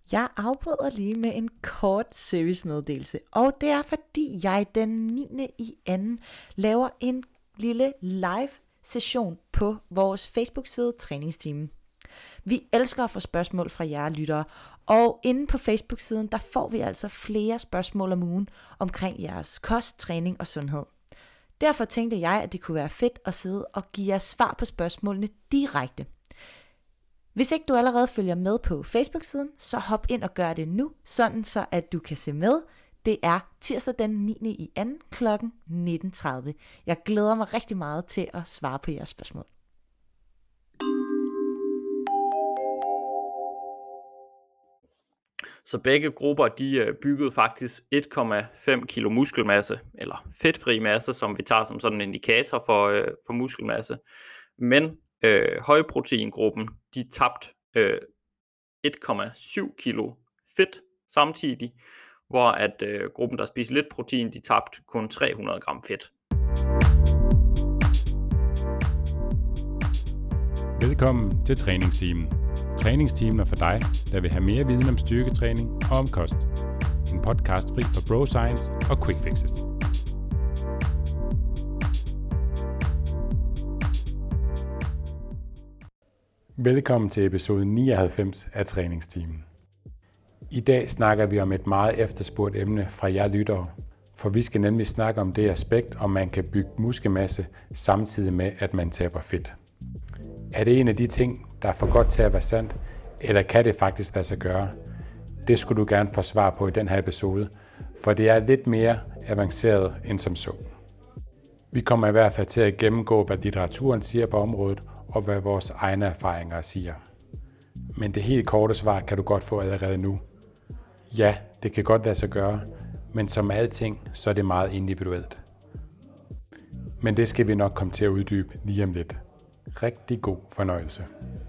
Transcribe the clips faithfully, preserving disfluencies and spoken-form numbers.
Jeg afbryder lige med en kort servicemeddelelse, og det er fordi jeg den niende i anden laver en lille live session på vores Facebook-side Træningsteamen. Vi elsker at få spørgsmål fra jer lyttere, og inde på Facebook-siden, der får vi altså flere spørgsmål om ugen omkring jeres kost, træning og sundhed. Derfor tænkte jeg, at det kunne være fedt at sidde og give jer svar på spørgsmålene direkte. Hvis ikke du allerede følger med på Facebook-siden, så hop ind og gør det nu, sådan så at du kan se med. Det er tirsdag den niende i anden klokken nitten tredive. Jeg glæder mig rigtig meget til at svare på jeres spørgsmål. Så begge grupper, de byggede faktisk et komma fem kilo muskelmasse, eller fedtfri masse, som vi tager som sådan en indikator for, øh, for muskelmasse. Men øh, højproteingruppen, de tabte øh, et komma syv kilo fedt samtidig, hvor at øh, gruppen, der spiser lidt protein, de tabte kun tre hundrede gram fedt. Velkommen til Træningsteamen. Træningsteamen er for dig, der vil have mere viden om styrketræning og om kost. En podcast fri for bro science og quick fixes. Velkommen til episode nioghalvfems af Træningsteamen. I dag snakker vi om et meget efterspurgt emne fra jer lyttere, for vi skal nemlig snakke om det aspekt, om man kan bygge muskelmasse samtidig med, at man taber fedt. Er det en af de ting, der er for godt til at være sandt, eller kan det faktisk lade sig gøre? Det skulle du gerne få svar på i den her episode, for det er lidt mere avanceret end som så. Vi kommer i hvert fald til at gennemgå, hvad litteraturen siger på området, og hvad vores egne erfaringer siger. Men det helt korte svar kan du godt få allerede nu. Ja, det kan godt lade sig gøre, men som med alting, så er det meget individuelt. Men det skal vi nok komme til at uddybe lige om lidt. Rigtig god fornøjelse.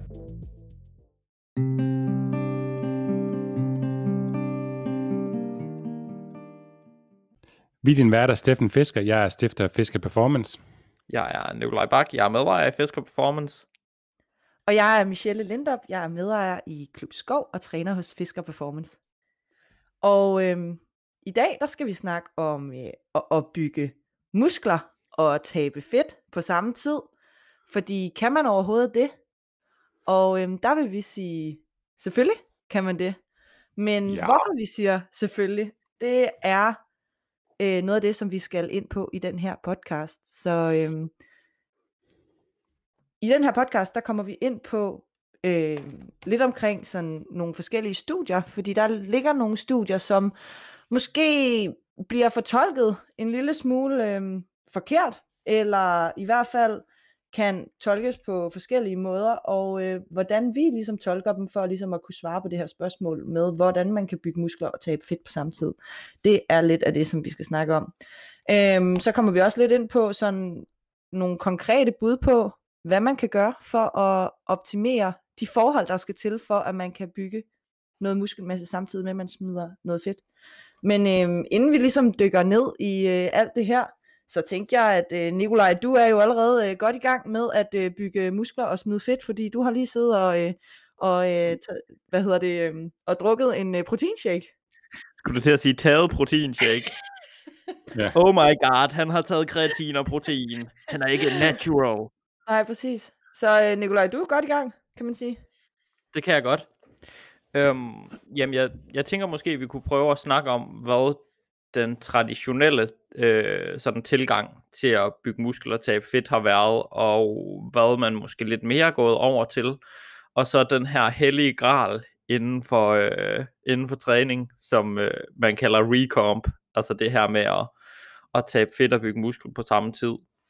Vi er din vært er Steffen Fisker. Jeg er stifter af Fisker Performance. Jeg er Nikolaj Bak, jeg er medejer af Fisker Performance. Og jeg er Michelle Lindop, jeg er medejer i Klub Skov og træner hos Fisker Performance. Og øhm, i dag der skal vi snakke om øh, at opbygge muskler og tabe fedt på samme tid. Fordi kan man overhovedet det? Og øhm, der vil vi sige, selvfølgelig kan man det. Men Ja. hvorfor vi siger selvfølgelig, det er øh, noget af det, som vi skal ind på i den her podcast. Så øhm, i den her podcast, der kommer vi ind på øh, lidt omkring sådan nogle forskellige studier. Fordi der ligger nogle studier, som måske bliver fortolket en lille smule øh, forkert. Eller i hvert fald kan tolkes på forskellige måder, og øh, hvordan vi ligesom tolker dem, for ligesom at kunne svare på det her spørgsmål med, hvordan man kan bygge muskler og tabe fedt på samme tid. Det er lidt af det, som vi skal snakke om. Øhm, så kommer vi også lidt ind på sådan nogle konkrete bud på, hvad man kan gøre for at optimere de forhold, der skal til, for at man kan bygge noget muskelmasse samtidig med, at man smider noget fedt. Men øh, inden vi ligesom dykker ned i øh, alt det her, så tænkte jeg, at øh, Nikolaj, du er jo allerede øh, godt i gang med at øh, bygge muskler og smide fedt, fordi du har lige siddet og, øh, og øh, taget, hvad hedder det, øh, og drukket en øh, proteinshake. Skulle du til at sige taget proteinshake? Ja. Oh my god, han har taget kreatin og protein. Han er ikke natural. Nej, præcis. Så øh, Nikolaj, du er godt i gang, kan man sige. Det kan jeg godt. Øhm, jamen, jeg, jeg tænker måske, at vi kunne prøve at snakke om, hvad den traditionelle øh, sådan tilgang til at bygge muskler og tabe fedt har været, og hvad man måske lidt mere er gået over til. Og så den her hellige gral inden for, øh, inden for træning, som øh, man kalder recomp. Altså det her med at, at tabe fedt og bygge muskler på samme tid.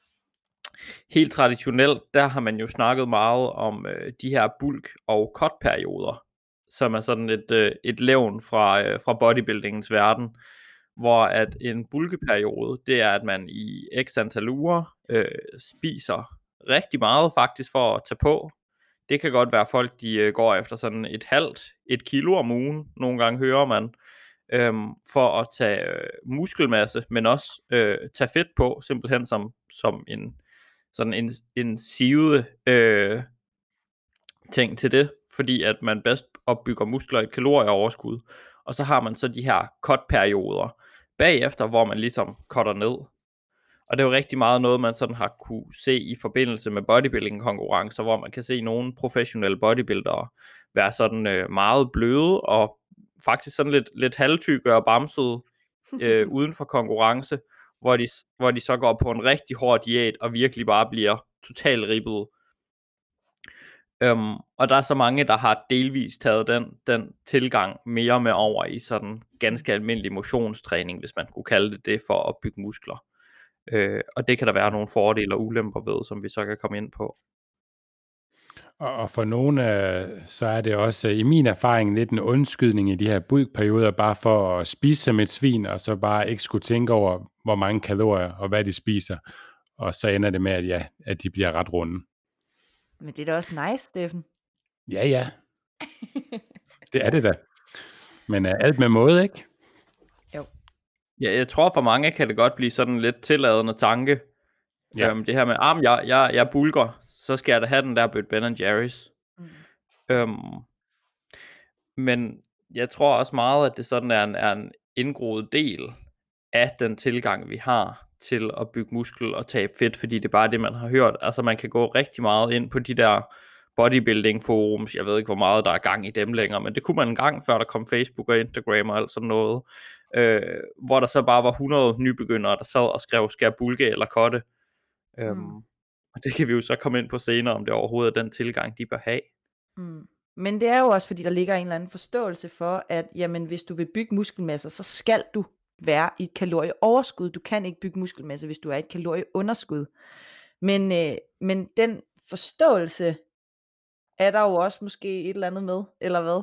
Helt traditionelt, der har man jo snakket meget om øh, de her bulk- og cut-perioder, som er sådan et, øh, et levn fra, øh, fra bodybuildingens verden, hvor at en bulkeperiode, det er, at man i x antal uger øh, spiser rigtig meget faktisk for at tage på. Det kan godt være folk, de øh, går efter sådan et halvt, et kilo om ugen, nogle gange hører man, øhm, for at tage øh, muskelmasse, men også øh, tage fedt på, simpelthen som, som en sådan en, en sivet øh, ting til det, fordi at man bedst opbygger muskler i et kalorieoverskud, og så har man så de her cut-perioder bagefter, hvor man ligesom cutter ned. Og det er jo rigtig meget noget, man sådan har kunne se i forbindelse med bodybuilding-konkurrencer, hvor man kan se nogle professionelle bodybuildere være sådan øh, meget bløde og faktisk sådan lidt, lidt halvtykke og bamsede øh, uden for konkurrence, hvor de, hvor de så går på en rigtig hård diæt og virkelig bare bliver totalt ribbet. Um, og der er så mange, der har delvist taget den, den tilgang mere med over i sådan ganske almindelig motionstræning, hvis man kunne kalde det det, for at bygge muskler. Uh, og det kan der være nogle fordele og ulemper ved, som vi så kan komme ind på. Og for nogle, så er det også i min erfaring lidt en undskydning i de her budperioder, bare for at spise som et svin, og så bare ikke skulle tænke over, hvor mange kalorier og hvad de spiser. Og så ender det med, at, ja, at de bliver ret runde. Men det er da også nice, Steffen. Ja, ja. Det er det da. Men uh, alt med måde, ikke? Jo. Ja, jeg tror for mange kan det godt blive sådan lidt tilladende tanke. Ja. Um, det her med, arm, jeg, jeg, jeg bulker, så skal jeg da have den der Bødt Ben and Jerry's. Mm. Um, men jeg tror også meget, at det sådan er en, er en indgroet del af den tilgang, vi har til at bygge muskel og tabe fedt, fordi det er bare det, man har hørt. Altså man kan gå rigtig meget ind på de der bodybuilding forums, jeg ved ikke, hvor meget der er gang i dem længere, men det kunne man en gang, før der kom Facebook og Instagram og alt sådan noget, øh, hvor der så bare var hundrede nybegyndere, der sad og skrev, skal jeg bulke eller kotte? Mm. Um, og det kan vi jo så komme ind på senere, om det overhovedet er den tilgang, de bør have. Mm. Men det er jo også, fordi der ligger en eller anden forståelse for, at jamen, hvis du vil bygge muskelmasse, så skal du være i et kalorieoverskud. Du kan ikke bygge muskelmasse, hvis du er i et kalorieunderskud. Men, øh, men den forståelse er der jo også måske et eller andet med, eller hvad?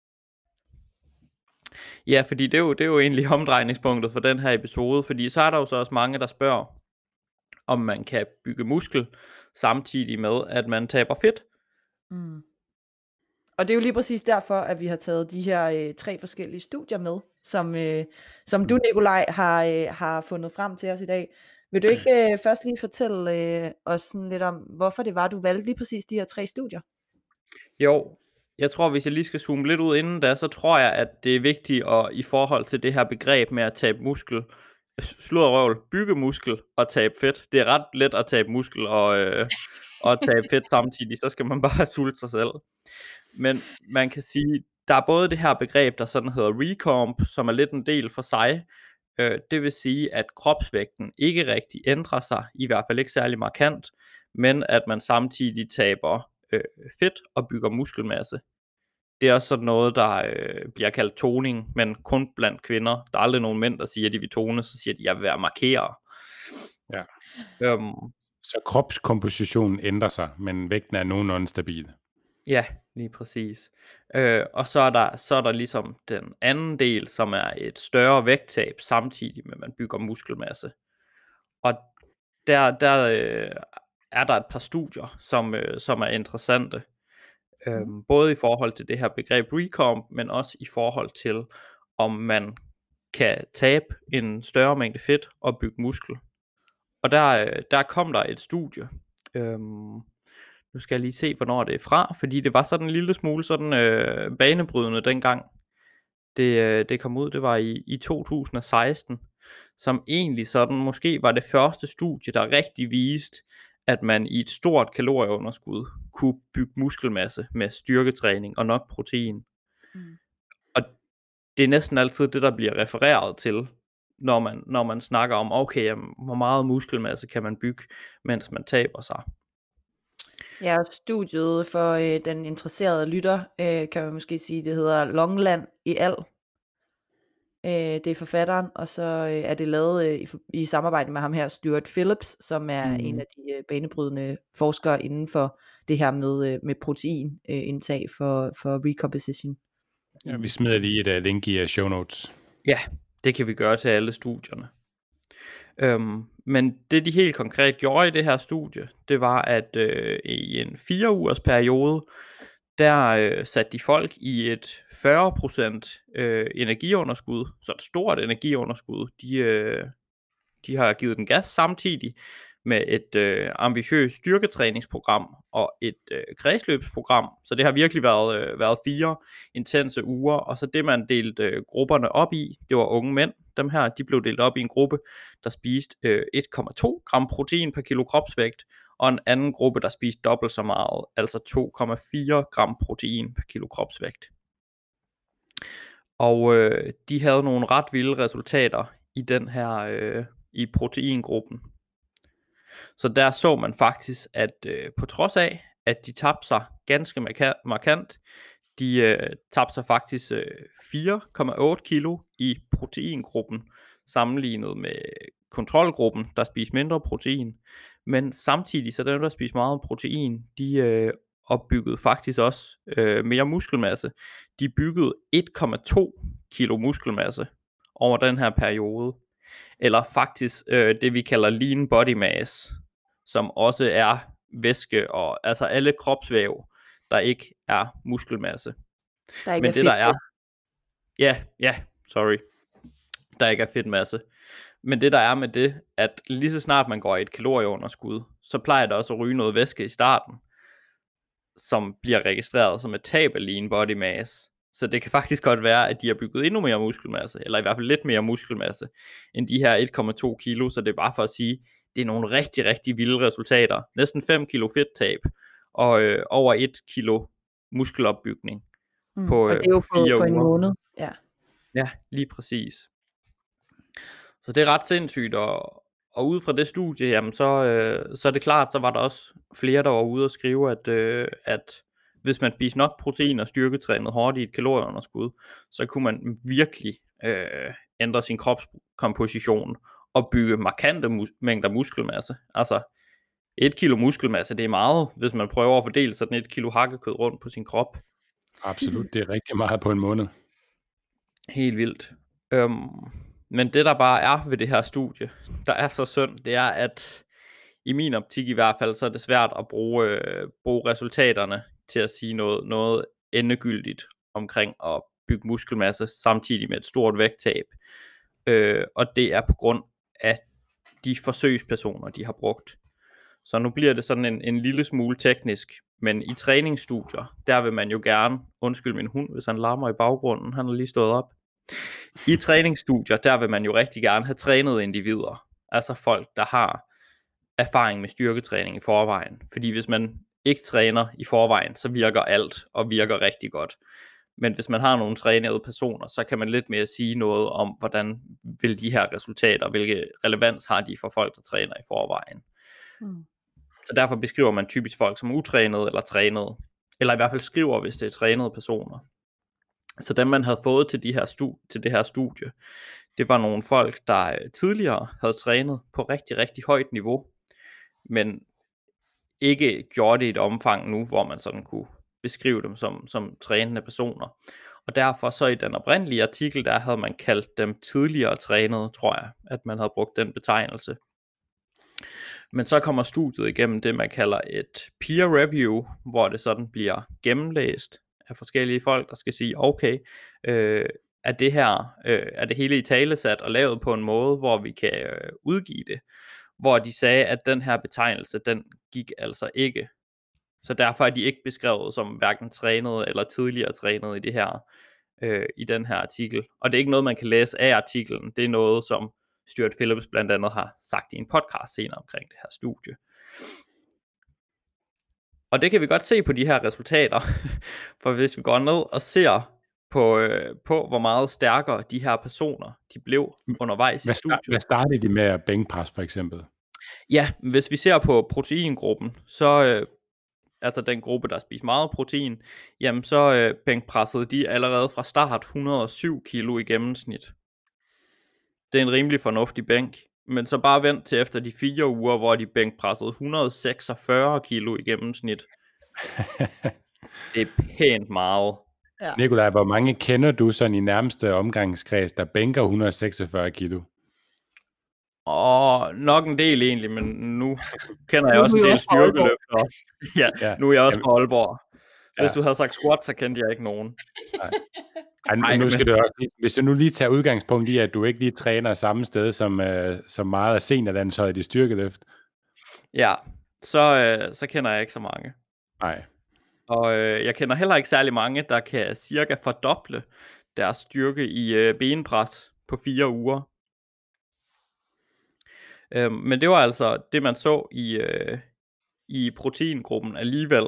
Ja, fordi det er jo, det er jo egentlig omdrejningspunktet for den her episode, fordi så er der jo så også mange, der spørger, om man kan bygge muskel, samtidig med, at man taber fedt. Mm. Og det er jo lige præcis derfor, at vi har taget de her øh, tre forskellige studier med, som, øh, som du, Nikolaj, har, øh, har fundet frem til os i dag. Vil du ikke øh, først lige fortælle øh, os sådan lidt om, hvorfor det var, du valgte lige præcis de her tre studier? Jo, jeg tror, hvis jeg lige skal zoome lidt ud inden da, så tror jeg, at det er vigtigt at, i forhold til det her begreb med at tabe muskel, sludderrøvl, bygge muskel og tabe fedt. Det er ret let at tabe muskel og, øh, og tabe fedt samtidig, så skal man bare sulte sig selv. Men man kan sige, der er både det her begreb, der sådan hedder recomp, som er lidt en del for sig. Øh, det vil sige, at kropsvægten ikke rigtig ændrer sig, i hvert fald ikke særlig markant, men at man samtidig taber øh, fedt og bygger muskelmasse. Det er også sådan noget, der øh, bliver kaldt toning, men kun blandt kvinder. Der er aldrig nogen mænd, der siger, at de vil tone, så siger de, at jeg vil være markere. Ja. Øhm, så kropskompositionen ændrer sig, men vægten er nogenlunde stabil. Ja, lige præcis. Øh, og så er, der, så er der ligesom den anden del, som er et større vægttab, samtidig med, at man bygger muskelmasse. Og der, der øh, er der et par studier, som, øh, som er interessante. Øh, mm. Både i forhold til det her begreb recomp, men også i forhold til, om man kan tabe en større mængde fedt og bygge muskel. Og der, der kom der et studie. Øh, Nu skal jeg lige se, hvornår det er fra, fordi det var sådan en lille smule sådan øh, banebrydende dengang det, øh, det kom ud. Det var i, i to tusind og seksten, som egentlig sådan måske var det første studie, der rigtig viste, at man i et stort kalorieunderskud kunne bygge muskelmasse med styrketræning og nok protein. Mm. Og det er næsten altid det, der bliver refereret til, når man, når man snakker om, okay, jamen, hvor meget muskelmasse kan man bygge, mens man taber sig. Ja, studiet for øh, den interesserede lytter, øh, kan man måske sige, det hedder Longland i al. Øh, det er forfatteren, og så øh, er det lavet øh, i, i samarbejde med ham her, Stuart Phillips, som er mm. en af de øh, banebrydende forskere inden for det her med, øh, med proteinindtag øh, for, for recomposition. Ja, vi smider lige et uh, link i uh, show notes. Ja, det kan vi gøre til alle studierne. Øhm, men det de helt konkret gjorde i det her studie, det var at øh, i en fire ugers periode, der øh, satte de folk i et fyrre procent øh, energiunderskud, så et stort energiunderskud. De, øh, de har givet den gas samtidig, med et øh, ambitiøst styrketræningsprogram og et øh, kredsløbsprogram. Så det har virkelig været, øh, været fire intense uger, og så det man delte øh, grupperne op i, det var unge mænd. Dem her, de blev delt op i en gruppe, der spiste øh, en komma to gram protein per kilo kropsvægt, og en anden gruppe, der spiste dobbelt så meget, altså to komma fire gram protein per kilo kropsvægt. Og øh, de havde nogle ret vilde resultater i den her øh, i proteingruppen. Så der så man faktisk, at øh, på trods af, at de tabte sig ganske marka- markant, de øh, tabte sig faktisk øh, fire komma otte kilo i proteingruppen, sammenlignet med kontrolgruppen, der spiste mindre protein. Men samtidig, så dem, der spiste meget protein, de øh, opbyggede faktisk også øh, mere muskelmasse. De byggede en komma to kilo muskelmasse over den her periode. Eller faktisk øh, det, vi kalder lean body mass, som også er væske og altså alle kropsvæv, der ikke er muskelmasse. Der ikke Men er det der er, fedtmasse. ja, ja, sorry, der ikke er fedtmasse. Men det der er med det, at lige så snart man går i et kalorieunderskud, så plejer der også at ryge noget væske i starten, som bliver registreret som et tab af lean body mass. Så det kan faktisk godt være, at de har bygget endnu mere muskelmasse, eller i hvert fald lidt mere muskelmasse, end de her en komma to kilo, så det er bare for at sige, det er nogle rigtig, rigtig vilde resultater. Næsten fem kilo fedttab, og øh, over et kilo muskelopbygning Mm. på, Og det er jo øh, på, fire på en uger. måned. Ja. Ja, lige præcis. Så det er ret sindssygt, og, og ud fra det studie, jamen så, øh, så er det klart, så var der også flere, der var ude og skrive, at, øh, at hvis man spiser nok protein og styrketrænet hårdt i et kalorieunderskud, så kunne man virkelig øh, ændre sin kropskomposition og bygge markante mus- mængder muskelmasse. Altså et kilo muskelmasse, det er meget, hvis man prøver at fordele sådan et kilo hakkekød rundt på sin krop. Absolut, det er rigtig meget på en måned. Helt vildt. Øhm, men det der bare er ved det her studie, der er så synd, det er, at i min optik i hvert fald, så er det svært at bruge, øh, bruge resultaterne til at sige noget, noget endegyldigt omkring at bygge muskelmasse samtidig med et stort vægttab. Øh, og det er på grund af de forsøgspersoner, de har brugt. Så nu bliver det sådan en, en lille smule teknisk, men i træningsstudier, der vil man jo gerne, undskyld min hund, hvis han larmer i baggrunden, han er lige stået op. I træningsstudier, der vil man jo rigtig gerne have trænet individer, altså folk, der har erfaring med styrketræning i forvejen. Fordi hvis man ikke træner i forvejen, så virker alt og virker rigtig godt. Men hvis man har nogle trænede personer, så kan man lidt mere sige noget om, hvordan vil de her resultater, hvilke relevans har de for folk, der træner i forvejen. Mm. Så derfor beskriver man typisk folk som utrænede eller trænede, eller i hvert fald skriver, hvis det er trænede personer. Så dem man havde fået til, de her stu- til det her studie, det var nogle folk, der tidligere havde trænet på rigtig, rigtig højt niveau, men ikke gjorde det i et omfang nu, hvor man sådan kunne beskrive dem som, som trænende personer. Og derfor så i den oprindelige artikel, der havde man kaldt dem tidligere trænede, tror jeg, at man havde brugt den betegnelse. Men så kommer studiet igennem det, man kalder et peer review, hvor det sådan bliver gennemlæst af forskellige folk, der skal sige, okay, øh, er det her, øh, er det hele i talesat og lavet på en måde, hvor vi kan øh, udgive det, hvor de sagde, at den her betegnelse, den gik altså ikke. Så derfor er de ikke beskrevet som hverken trænede eller tidligere trænede i det her, øh, i den her artikel. Og det er ikke noget, man kan læse af artiklen, det er noget, som Stuart Phillips blandt andet har sagt i en podcast senere omkring det her studie. Og det kan vi godt se på de her resultater, for hvis vi går ned og ser på, øh, på hvor meget stærkere de her personer, de blev undervejs Hvad, i studiet. hvad startede de med at bænkpres for eksempel? Ja, hvis vi ser på proteingruppen, så øh, altså den gruppe, der spiser meget protein, jamen så øh, bænkpressede de allerede fra start et hundrede og syv kilo i gennemsnit. Det er en rimelig fornuftig bænk, men så bare vent til efter de fire uger, hvor de bænkpressede et hundrede og seksogfyrre kilo i gennemsnit. Det er pænt meget. Ja. Nikolaj, hvor mange kender du sådan i nærmeste omgangskreds, der bænker et hundrede og seksogfyrre kilo? Og nok en del egentlig, men nu kender jeg Nu er også en du del også fra Aalborg. styrkeløftere. Ja, Ja. nu er jeg også Jamen, fra Aalborg. Hvis ja. du havde sagt squat, så kendte jeg ikke nogen. Ej, Ej, nu men- skal du også, lige- hvis du nu lige tager udgangspunkt i, at du ikke lige træner samme sted som, øh, som meget af seniorlandsholdet i styrkeløft. Ja, så, øh, så kender jeg ikke så mange. Nej. Og øh, jeg kender heller ikke særlig mange, der kan cirka fordoble deres styrke i øh, benpres på fire uger. Øhm, men det var altså det, man så i, øh, i proteingruppen alligevel.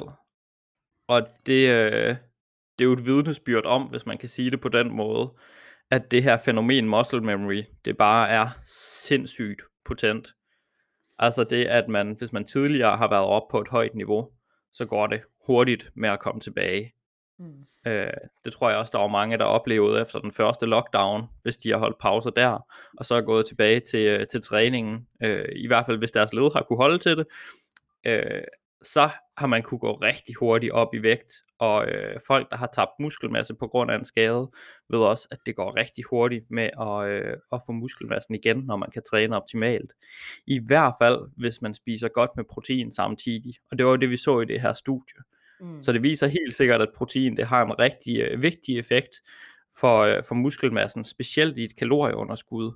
Og det, øh, det er jo et vidnesbyrd om, hvis man kan sige det på den måde, at det her fænomen muscle memory, det bare er sindssygt potent. Altså det, at man, hvis man tidligere har været op på et højt niveau, så går det hurtigt med at komme tilbage. Mm. Øh, det tror jeg også, der var mange, der oplevede efter den første lockdown, hvis de har holdt pauser der, og så er gået tilbage til, til træningen. Øh, I hvert fald, hvis deres led har kunne holde til det. Øh, så har man kunne gå rigtig hurtigt op i vægt, og øh, folk, der har tabt muskelmasse på grund af en skade, ved også, at det går rigtig hurtigt med at, øh, at få muskelmassen igen, når man kan træne optimalt. I hvert fald, hvis man spiser godt med protein samtidig, og det var det, vi så i det her studie. Mm. Så det viser helt sikkert, at protein det har en rigtig øh, vigtig effekt for, øh, for muskelmassen, specielt i et kalorieunderskud.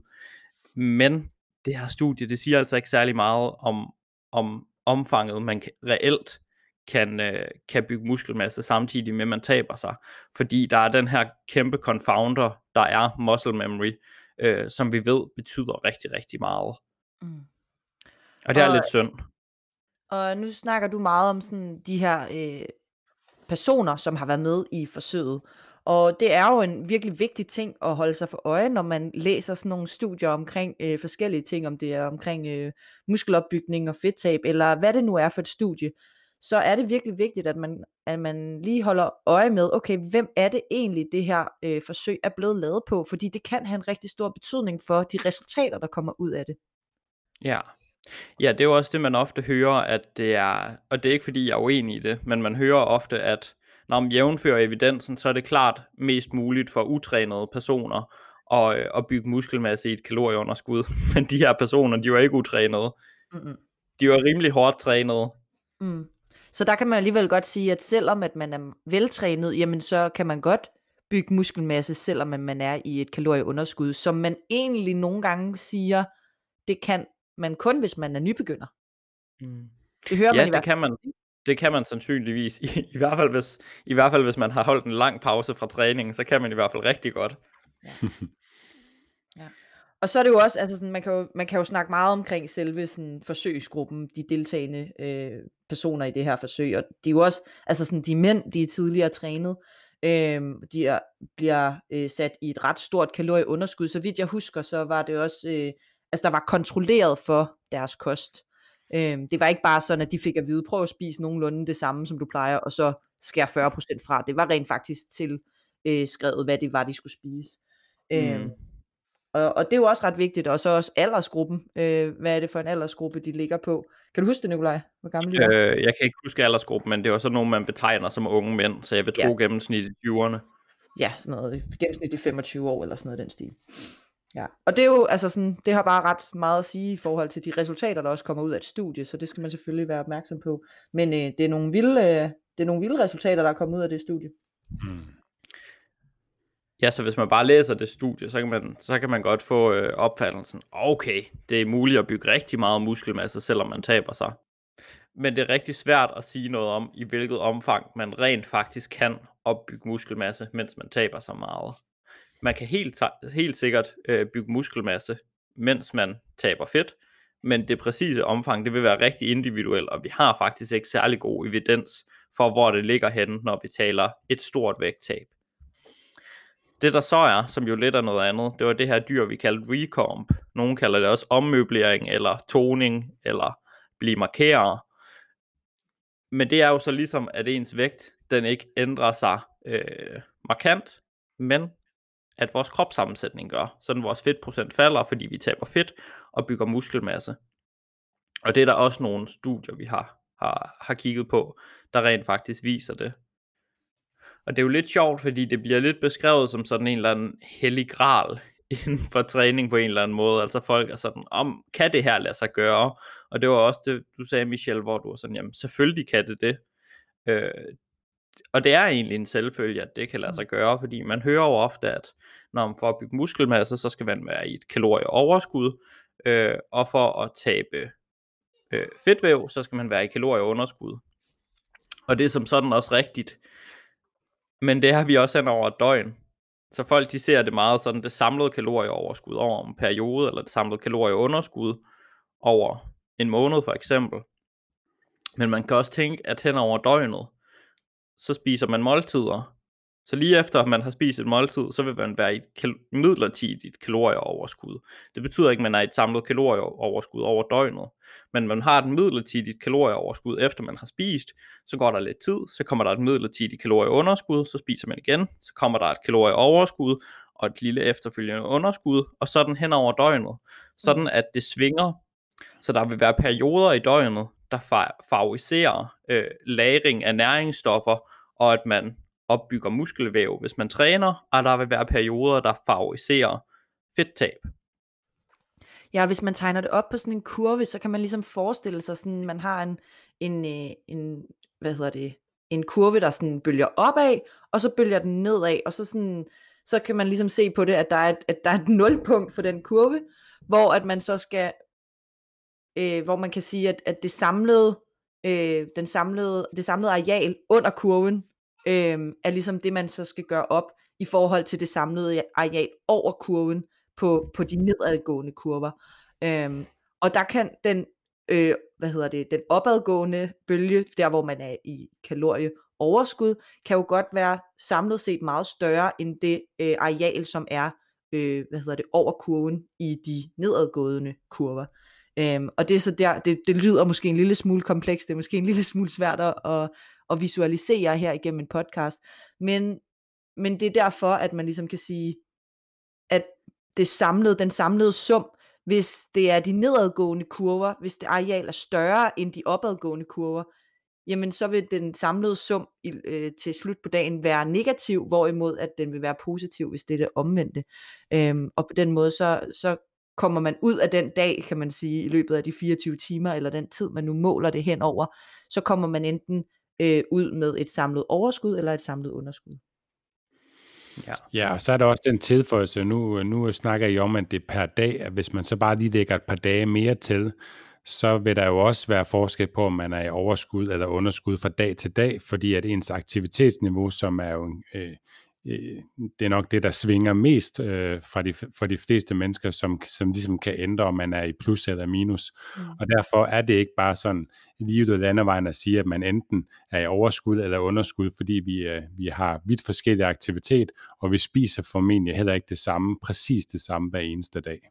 Men det her studie, det siger altså ikke særlig meget om, om omfanget, man kan, reelt kan, øh, kan bygge muskelmasse samtidig med, at man taber sig. Fordi der er den her kæmpe confounder, der er muscle memory, øh, som vi ved betyder rigtig, rigtig meget. Mm. Og det er og, lidt synd. Og nu snakker du meget om sådan de her øh, personer, som har været med i forsøget. Og det er jo en virkelig vigtig ting at holde sig for øje, når man læser sådan nogle studier omkring øh, forskellige ting, om det er omkring øh, muskelopbygning og fedttab, eller hvad det nu er for et studie. Så er det virkelig vigtigt, at man, at man lige holder øje med, okay, hvem er det egentlig, det her øh, forsøg er blevet lavet på? Fordi det kan have en rigtig stor betydning for de resultater, der kommer ud af det. Ja. Ja, det er jo også det, man ofte hører, at det er, og det er ikke fordi, jeg er uenig i det, men man hører ofte, at når man jævnfører evidensen, så er det klart mest muligt for utrænede personer at, at bygge muskelmasse i et kalorieunderskud. Men de her personer, de var ikke utrænede. Mm-hmm. De var rimelig hårdt trænede. Mm. Så der kan man alligevel godt sige, at selvom at man er veltrænet, jamen så kan man godt bygge muskelmasse, selvom man er i et kalorieunderskud, som man egentlig nogle gange siger, det kan man kun, hvis man er nybegynder. Mm. Det hører ja, man i det kan man. Det kan man sandsynligvis. I, i, hvert fald hvis, I hvert fald hvis man har holdt en lang pause fra træningen, så kan man i hvert fald rigtig godt. Ja. Ja. Og så er det jo også, altså sådan, man, kan jo, man kan jo snakke meget omkring selve sådan, forsøgsgruppen, de deltagende øh, personer i det her forsøg, og de er jo også, altså sådan, de mænd, de er tidligere trænet, øh, de er, bliver øh, sat i et ret stort kalorieunderskud, så vidt jeg husker, så var det også, øh, altså der var kontrolleret for deres kost. Øh, det var ikke bare sådan, at de fik at vide, prøv at spise nogenlunde det samme, som du plejer, og så skære fyrre procent fra. Det var rent faktisk til øh, skrevet, hvad det var, de skulle spise. Mm. Øh, Og, og det er jo også ret vigtigt, og så også aldersgruppen. Øh, hvad er det for en aldersgruppe, de ligger på? Kan du huske det, Nikolaj? Hvor gammel de var? Øh, jeg kan ikke huske aldersgruppen, men det er også nogen, man betegner som unge mænd, så jeg vil tro ja. gennemsnit i tyverne. Ja, sådan noget. Gennemsnit i femogtyve år, eller sådan noget den stil. Ja. Og det er jo, altså sådan, det har bare ret meget at sige i forhold til de resultater, der også kommer ud af et studie, så det skal man selvfølgelig være opmærksom på. Men øh, det, er nogle vilde, øh, det er nogle vilde resultater, der er kommet ud af det studie. Hmm. Ja, så hvis man bare læser det studie, så kan man, så kan man godt få øh, opfattelsen, okay, det er muligt at bygge rigtig meget muskelmasse, selvom man taber sig. Men det er rigtig svært at sige noget om, i hvilket omfang man rent faktisk kan opbygge muskelmasse, mens man taber sig meget. Man kan helt, helt sikkert øh, bygge muskelmasse, mens man taber fedt, men det præcise omfang, det vil være rigtig individuelt, og vi har faktisk ikke særlig god evidens for, hvor det ligger henne, når vi taler et stort vægttab. Det der så er, som jo lidt er noget andet, det var det her dyr, vi kaldte recomp. Nogle kalder det også ommøblering, eller toning, eller blive markeret. Men det er jo så ligesom, at ens vægt, den ikke ændrer sig øh, markant, men at vores kropssammensætning gør. Sådan vores fedtprocent falder, fordi vi taber fedt og bygger muskelmasse. Og det er der også nogle studier, vi har, har, har kigget på, der rent faktisk viser det. Og det er jo lidt sjovt, fordi det bliver lidt beskrevet som sådan en eller anden hellig gral inden for træning på en eller anden måde. Altså folk er sådan, om kan det her lade sig gøre? Og det var også det, du sagde, Michelle, hvor du var sådan, jamen selvfølgelig kan det det. Øh, og det er egentlig en selvfølge, at det kan lade sig gøre, fordi man hører jo ofte, at når man får at bygge muskelmasse, så skal man være i et kalorieoverskud, øh, og for at tabe øh, fedtvæv, så skal man være i kalorieunderskud. Og det er som sådan også rigtigt. Men det har vi også hen over et døgn. Så folk de ser det meget sådan, det samlede kalorieoverskud over en periode, eller det samlede kalorieunderskud over en måned for eksempel. Men man kan også tænke, at hen over døgnet, så spiser man måltider. Så lige efter man har spist et måltid, så vil man være i et kal- midlertidigt kalorieoverskud. Det betyder ikke, at man er i et samlet kalorieoverskud over døgnet. Men man har et midlertidigt kalorieoverskud efter man har spist. Så går der lidt tid, så kommer der et midlertidigt kalorieunderskud, så spiser man igen. Så kommer der et kalorieoverskud og et lille efterfølgende underskud. Og sådan hen over døgnet. Sådan at det svinger. Så der vil være perioder i døgnet, der fa- favoriserer øh, lagring af næringsstoffer, og at man opbygger muskelvæv, hvis man træner, og der vil være perioder, der favoriserer fedttab. Ja, hvis man tegner det op på sådan en kurve, så kan man ligesom forestille sig sådan, man har en, en, øh, en hvad hedder det, en kurve, der sådan bølger opad, og så bølger den nedad, og så sådan, så kan man ligesom se på det, at der er et, at der er et nulpunkt for den kurve, hvor at man så skal, øh, hvor man kan sige, at, at det samlede, øh, den samlede, det samlede areal under kurven, øh, er ligesom det, man så skal gøre op, i forhold til det samlede areal over kurven, på, på de nedadgående kurver. Øhm, og der kan den, øh, hvad hedder det, den opadgående bølge, der hvor man er i kalorieoverskud, kan jo godt være samlet set meget større end det øh, areal, som er, øh, hvad hedder det, over kurven i de nedadgående kurver. Øhm, og det er så der, det, det lyder måske en lille smule komplekst, det er måske en lille smule svært at, at, at visualisere her igennem en podcast, men, men det er derfor, at man ligesom kan sige, at det samlede, den samlede sum, hvis det er de nedadgående kurver, hvis det areal er større end de opadgående kurver, jamen så vil den samlede sum øh, til slut på dagen være negativ, hvorimod at den vil være positiv, hvis det er det omvendte. Øhm, og på den måde, så, så kommer man ud af den dag, kan man sige, i løbet af de fireogtyve timer, eller den tid, man nu måler det henover, så kommer man enten øh, ud med et samlet overskud, eller et samlet underskud. Ja. ja, og så er der også den tilføjelse, nu, nu snakker I om, at det er per dag, at hvis man så bare lige lægger et par dage mere til, så vil der jo også være forskel på, om man er i overskud eller underskud fra dag til dag, fordi at ens aktivitetsniveau, som er jo, øh, øh, det er nok det, der svinger mest øh, fra de, for de fleste mennesker, som, som ligesom kan ændre, om man er i plus eller minus. Mm. Og derfor er det ikke bare sådan lige ud af landevejen at sige, at man enten er i overskud eller underskud, fordi vi, øh, vi har vidt forskellige aktivitet, og vi spiser formentlig heller ikke det samme, præcis det samme hver eneste dag.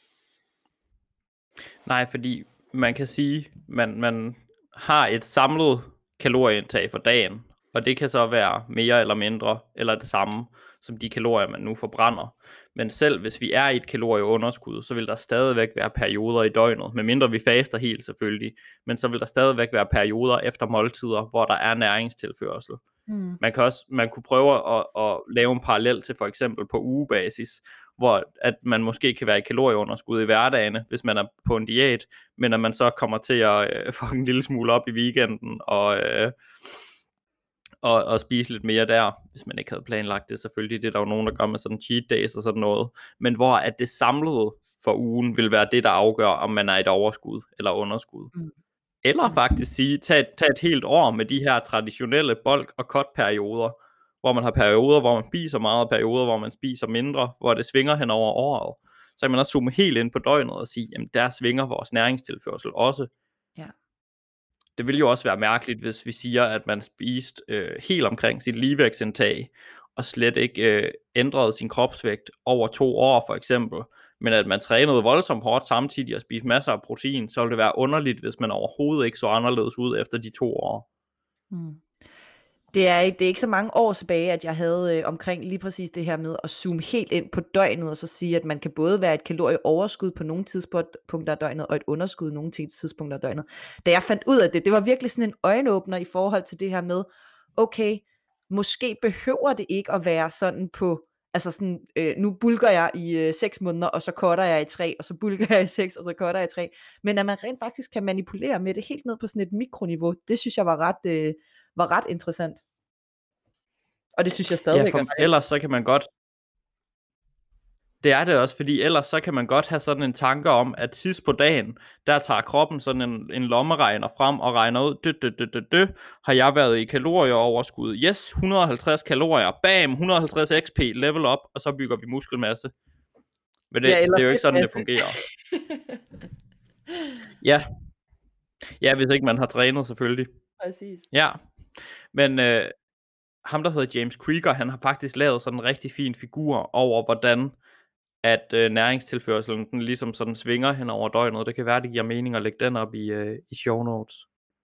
Nej, fordi man kan sige, man man har et samlet kalorieindtag for dagen, og det kan så være mere eller mindre, eller det samme som de kalorier, man nu forbrænder. Men selv hvis vi er i et kalorieunderskud, så vil der stadigvæk være perioder i døgnet, medmindre vi faster helt selvfølgelig, men så vil der stadigvæk være perioder efter måltider, hvor der er næringstilførsel. Mm. Man kan også, man kunne prøve at, at lave en parallel til for eksempel på ugebasis, hvor at man måske kan være i kalorieunderskud i hverdagene, hvis man er på en diæt, men at man så kommer til at øh, få en lille smule op i weekenden, og, øh, og, og spise lidt mere der, hvis man ikke havde planlagt det selvfølgelig. Det er der jo nogen, der gør med sådan cheat days og sådan noget. Men hvor at det samlede for ugen vil være det, der afgør, om man er i et overskud eller underskud. Mm. Eller faktisk sige, tag, tag et helt år med de her traditionelle bulk- og cut-perioder, hvor man har perioder, hvor man spiser meget, og perioder, hvor man spiser mindre, hvor det svinger hen over året. Så kan man også zoome helt ind på døgnet og sige, jamen der svinger vores næringstilførsel også. Ja. Det vil jo også være mærkeligt, hvis vi siger, at man spiste øh, helt omkring sit ligevægtsindtag, og slet ikke øh, ændrede sin kropsvægt over to år for eksempel, men at man trænede voldsomt hårdt samtidig og spiste masser af protein, så ville det være underligt, hvis man overhovedet ikke så anderledes ud efter de to år. Mm. Det er, det er ikke så mange år tilbage, at jeg havde øh, omkring lige præcis det her med at zoome helt ind på døgnet, og så sige, at man kan både være et kalorieoverskud på nogle tidspunkter af døgnet, og et underskud nogle tidspunkter af døgnet. Da jeg fandt ud af det, det var virkelig sådan en øjenåbner i forhold til det her med, okay, måske behøver det ikke at være sådan på, altså sådan, øh, nu bulker jeg i øh, seks måneder, og så cutter jeg i tre, og så bulker jeg i seks, og så cutter jeg i tre, men at man rent faktisk kan manipulere med det helt ned på sådan et mikroniveau, det synes jeg var ret... Øh, var ret interessant. Og det synes jeg stadigvæk ja, for, ellers så kan man godt Det er det også, fordi ellers så kan man godt have sådan en tanke om, at sidst på dagen, der tager kroppen sådan en, en lommeregner frem og regner ud, dø, dø, dø, dø, dø, har jeg været i kalorieoverskud? Yes, et hundrede og halvtreds kalorier, bam, et hundrede og halvtreds X P, level up, og så bygger vi muskelmasse. Men det, Ja, eller det er jo ikke sådan, det fedtmasse. fungerer. Ja. Ja, hvis ikke man har trænet, selvfølgelig. Præcis. Ja, men øh, ham, der hedder James Krieger, han har faktisk lavet sådan en rigtig fin figur over, hvordan at øh, næringstilførselen, den ligesom sådan svinger hen over døgnet. Det kan være, det giver mening at lægge den op i, øh, i show notes.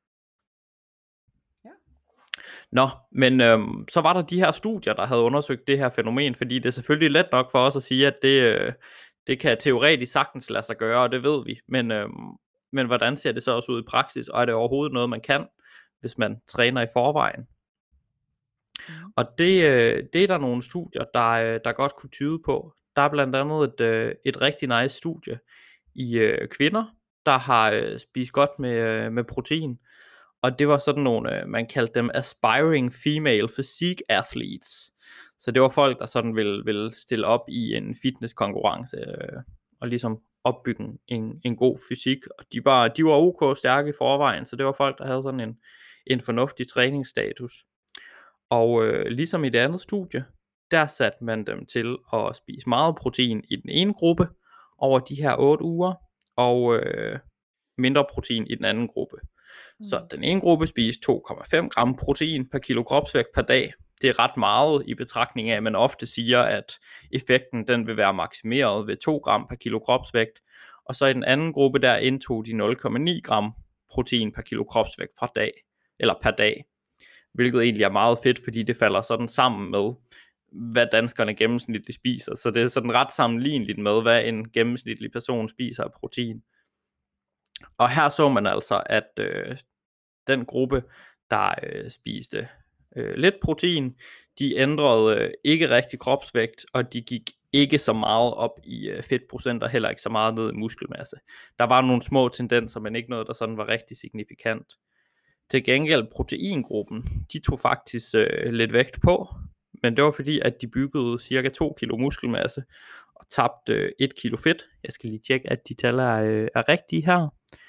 Ja. Nå, men øhm, så var der de her studier, der havde undersøgt det her fænomen, fordi det er selvfølgelig let nok for os at sige, at det, øh, det kan teoretisk sagtens lade sig gøre, og det ved vi. Men, øhm, men hvordan ser det så også ud i praksis, og er det overhovedet noget, man kan, hvis man træner i forvejen? Mm. Og det, øh, det er der nogle studier, der, øh, der godt kunne tyde på. Der er blandt andet et, øh, et rigtig nice studie i øh, kvinder, der har øh, spist godt med, øh, med protein. Og det var sådan nogle, øh, man kaldte dem aspiring female physique athletes. Så det var folk, der sådan ville, ville stille op i en fitnesskonkurrence øh, og ligesom opbygge en, en god fysik. Og de var, de var ok stærke i forvejen, så det var folk, der havde sådan en, en fornuftig træningsstatus. Og øh, ligesom i det andet studie, der satte man dem til at spise meget protein i den ene gruppe over de her otte uger, og øh, mindre protein i den anden gruppe. Mm. Så den ene gruppe spiste to komma fem gram protein per kilo kropsvægt per dag. Det er ret meget i betragtning af, at man ofte siger, at effekten den vil være maksimeret ved to gram per kilo kropsvægt. Og så i den anden gruppe, der indtog de nul komma ni gram protein per kilo kropsvægt per dag, eller per dag. Hvilket egentlig er meget fedt, fordi det falder sådan sammen med, hvad danskerne gennemsnitligt spiser. Så det er sådan ret sammenligneligt med, hvad en gennemsnitlig person spiser af protein. Og her så man altså, at øh, den gruppe, der øh, spiste øh, lidt protein, de ændrede øh, ikke rigtig kropsvægt, og de gik ikke så meget op i øh, fedtprocent, og heller ikke så meget ned i muskelmasse. Der var nogle små tendenser, men ikke noget, der sådan var rigtig signifikant. Til gengæld proteingruppen, de tog faktisk øh, lidt vægt på, men det var fordi, at de byggede cirka to kilo muskelmasse og tabte øh, et kilo fedt. Jeg skal lige tjekke, at de tal er, øh, er rigtige her.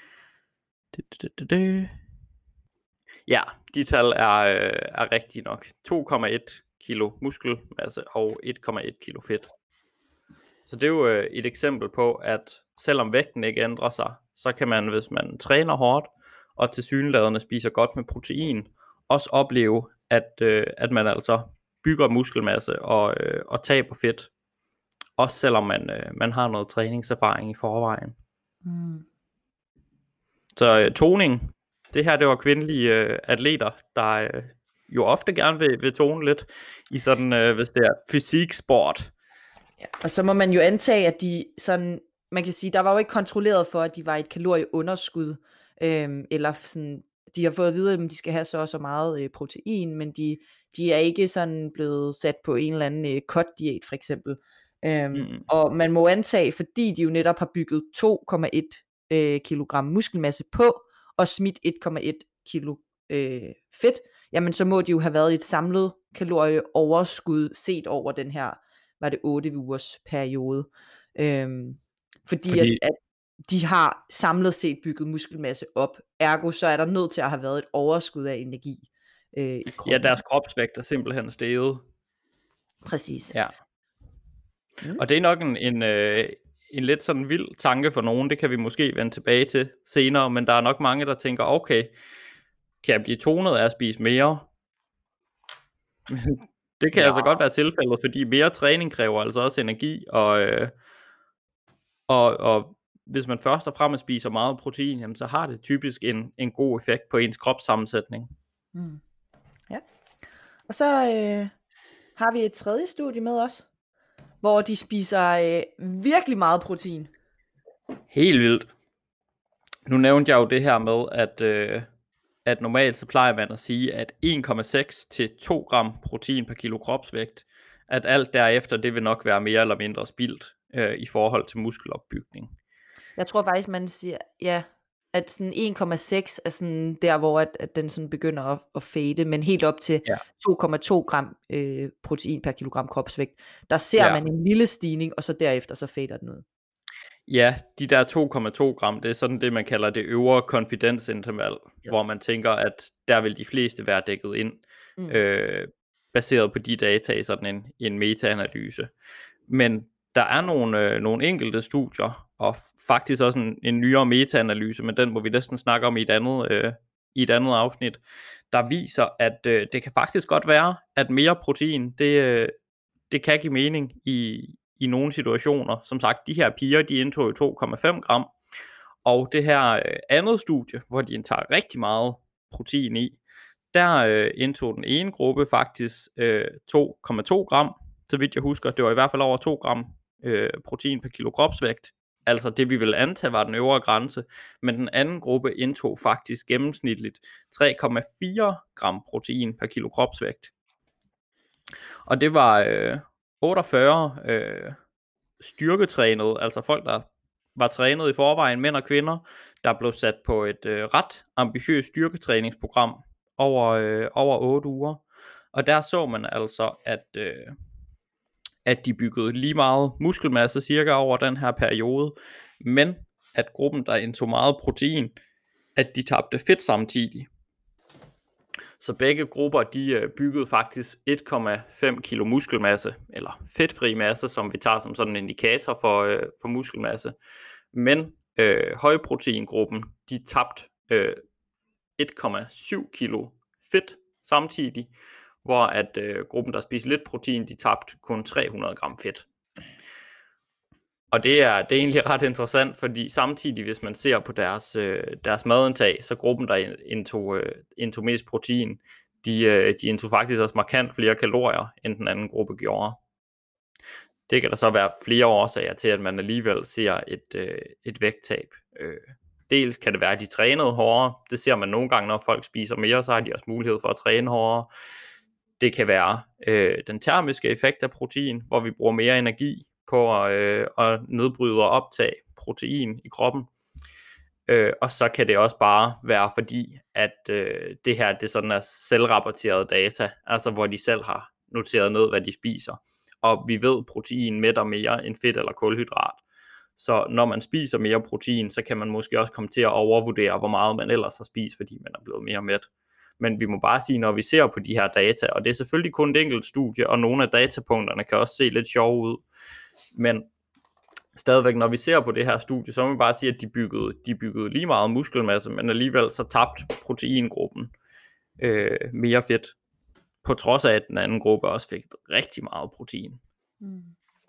Ja, de tal er, øh, er rigtige nok. to komma et kilo muskelmasse og et komma et kilo fedt. Så det er jo øh, et eksempel på, at selvom vægten ikke ændrer sig, så kan man, hvis man træner hårdt, og tilsyneladende spiser godt med protein, også opleve, at, øh, at man altså bygger muskelmasse og, øh, og taber fedt, også selvom man, øh, man har noget træningserfaring i forvejen. Mm. Så øh, toning, det her det var kvindelige øh, atleter, der øh, jo ofte gerne vil, vil tone lidt, i sådan, øh, hvis det er fysiksport. Ja, og så må man jo antage, at de sådan, man kan sige, der var jo ikke kontrolleret for, at de var i et kalorieunderskud, Øhm, eller sådan, de har fået at vide, at de skal have så og så meget øh, protein, men de, de er ikke sådan blevet sat på en eller anden øh, cut-diæt for eksempel. Øhm, mm. Og man må antage, fordi de jo netop har bygget to komma et øh, kilogram muskelmasse på, og smidt et komma et kilo øh, fedt, jamen så må de jo have været i et samlet kalorieoverskud set over den her, var det otte ugers periode. Øhm, fordi, fordi... At, at de har samlet set bygget muskelmasse op. Ergo så er der nødt til at have været et overskud af energi øh, i kroppen. Ja, deres kropsvægt er simpelthen steget. Præcis. Ja. Mm. Og det er nok en, en, øh, en lidt sådan vild tanke for nogen. Det kan vi måske vende tilbage til senere. Men der er nok mange, der tænker, okay, kan jeg blive tonet af at spise mere? Det kan ja. altså godt være tilfældet, fordi mere træning kræver altså også energi. Og, øh, og, og hvis man først og fremmest spiser meget protein, jamen, så har det typisk en, en god effekt på ens kropssammensætning. Mm. Ja. Og så øh, har vi et tredje studie med os, hvor de spiser øh, virkelig meget protein. Helt vildt. Nu nævnte jeg jo det her med, at, øh, at normalt så plejer man at sige, at en komma seks til to gram protein per kilo kropsvægt, at alt derefter, det vil nok være mere eller mindre spildt øh, i forhold til muskelopbygning. Jeg tror faktisk, man siger, ja, at sådan en komma seks er sådan der, hvor at, at den sådan begynder at, at fade, men helt op til Ja. to komma to gram øh, protein per kilogram kropsvægt, der ser Ja. man en lille stigning, og så derefter så fader den ud. Ja, de der to komma to gram, det er sådan det, man kalder det øvre konfidensinterval, Yes. hvor man tænker, at der vil de fleste være dækket ind, Mm. øh, baseret på de data i sådan en, en meta-analyse. Men der er nogle, øh, nogle enkelte studier, og faktisk også en, en nyere meta-analyse, men den må vi næsten snakke om i et andet, øh, i et andet afsnit, der viser, at øh, det kan faktisk godt være, at mere protein, det, øh, det kan give mening i, i nogle situationer. Som sagt, de her piger, de indtog jo to komma fem gram, og det her øh, andet studie, hvor de indtager rigtig meget protein i, der øh, indtog den ene gruppe faktisk øh, to komma to gram, så vidt jeg husker. Det var i hvert fald over to gram øh, protein per kilo kropsvægt, altså det vi vil antage var den øvre grænse, men den anden gruppe indtog faktisk gennemsnitligt tre komma fire gram protein per kilo kropsvægt. Og det var øh, otteogfyrre øh, styrketrænede, altså folk, der var trænet i forvejen, mænd og kvinder, der blev sat på et øh, ret ambitiøst styrketræningsprogram over, øh, over otte uger. Og der så man altså, at, øh, at de byggede lige meget muskelmasse cirka over den her periode, men at gruppen, der indtog meget protein, at de tabte fedt samtidig. Så begge grupper, de byggede faktisk et komma fem kilo muskelmasse, eller fedtfri masse, som vi tager som sådan en indikator for, øh, for muskelmasse. Men øh, højproteingruppen, de tabte øh, et komma syv kilo fedt samtidig, hvor at øh, gruppen, der spiste lidt protein, de tabte kun tre hundrede gram fedt. Og det er, det er egentlig ret interessant, fordi samtidig, hvis man ser på deres, øh, deres madindtag, så gruppen, der indtog, øh, indtog mest protein, de, øh, de indtog faktisk også markant flere kalorier, end den anden gruppe gjorde. Det kan der så være flere årsager til, at man alligevel ser et, øh, et vægttab. Øh, dels kan det være, at de trænede hårdere. Det ser man nogle gange, når folk spiser mere, så har de også mulighed for at træne hårdere. Det kan være øh, den termiske effekt af protein, hvor vi bruger mere energi på at, øh, at nedbryde og optage protein i kroppen. Øh, og så kan det også bare være fordi, at øh, det her det sådan er selvrapporterede data, altså hvor de selv har noteret ned, hvad de spiser. Og vi ved, at protein mætter mere end fedt eller kulhydrat. Så når man spiser mere protein, så kan man måske også komme til at overvurdere, hvor meget man ellers har spist, fordi man er blevet mere mæt. Men vi må bare sige, når vi ser på de her data, og det er selvfølgelig kun et enkelt studie, og nogle af datapunkterne kan også se lidt sjove ud, men stadigvæk, når vi ser på det her studie, så må vi bare sige, at de byggede, de byggede lige meget muskelmasse, men alligevel så tabte proteingruppen øh, mere fedt, på trods af, at den anden gruppe også fik rigtig meget protein. Mm.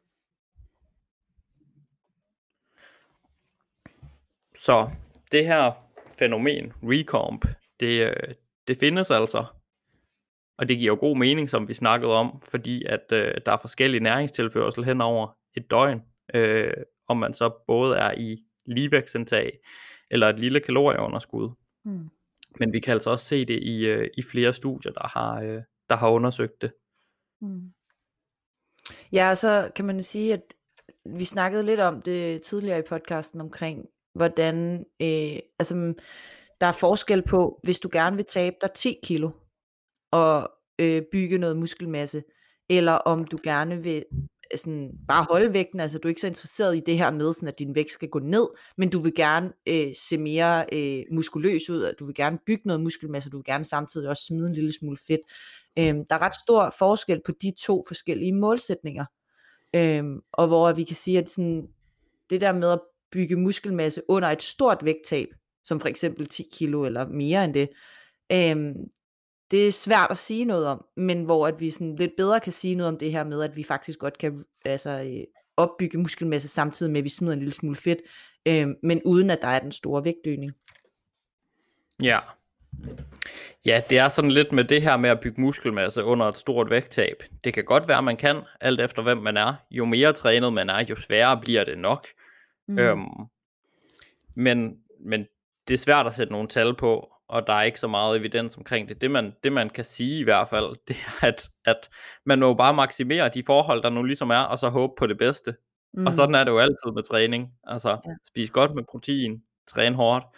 Så det her fænomen, recomp, det, det findes altså, og det giver jo god mening, som vi snakkede om, fordi at øh, der er forskellige næringstilførsel hen over et døgn, øh, om man så både er i ligevægtsindtag eller et lille kalorieunderskud. Mm. Men vi kan altså også se det i, øh, i flere studier, der har, øh, der har undersøgt det. Mm. Ja, så kan man sige, at vi snakkede lidt om det tidligere i podcasten omkring, hvordan øh, altså, der er forskel på, hvis du gerne vil tabe dig ti kilo og øh, bygge noget muskelmasse, eller om du gerne vil sådan, bare holde vægten, altså du er ikke så interesseret i det her med, sådan, at din vægt skal gå ned, men du vil gerne øh, se mere øh, muskuløs ud, og du vil gerne bygge noget muskelmasse, og du vil gerne samtidig også smide en lille smule fedt. Øh, der er ret stor forskel på de to forskellige målsætninger, øh, og hvor vi kan sige, at sådan, det der med at bygge muskelmasse under et stort vægttab, som for eksempel ti kilo eller mere end det, øh, det er svært at sige noget om, men hvor at vi sådan lidt bedre kan sige noget om det her med, at vi faktisk godt kan altså, opbygge muskelmasse samtidig med, at vi smider en lille smule fedt, øh, men uden at der er den store vægtøgning. Ja. Ja, det er sådan lidt med det her med at bygge muskelmasse under et stort vægttab. Det kan godt være, at man kan, alt efter hvem man er. Jo mere trænet man er, jo sværere bliver det nok. Mm. Øhm, men, men det er svært at sætte nogle tal på, og der er ikke så meget evidens omkring det. Det man, det man kan sige i hvert fald, det er, at, at man må bare maksimere de forhold, der nu ligesom er, og så håbe på det bedste. Mm. Og sådan er det jo altid med træning. Altså, ja. Spis godt med protein, træn hårdt,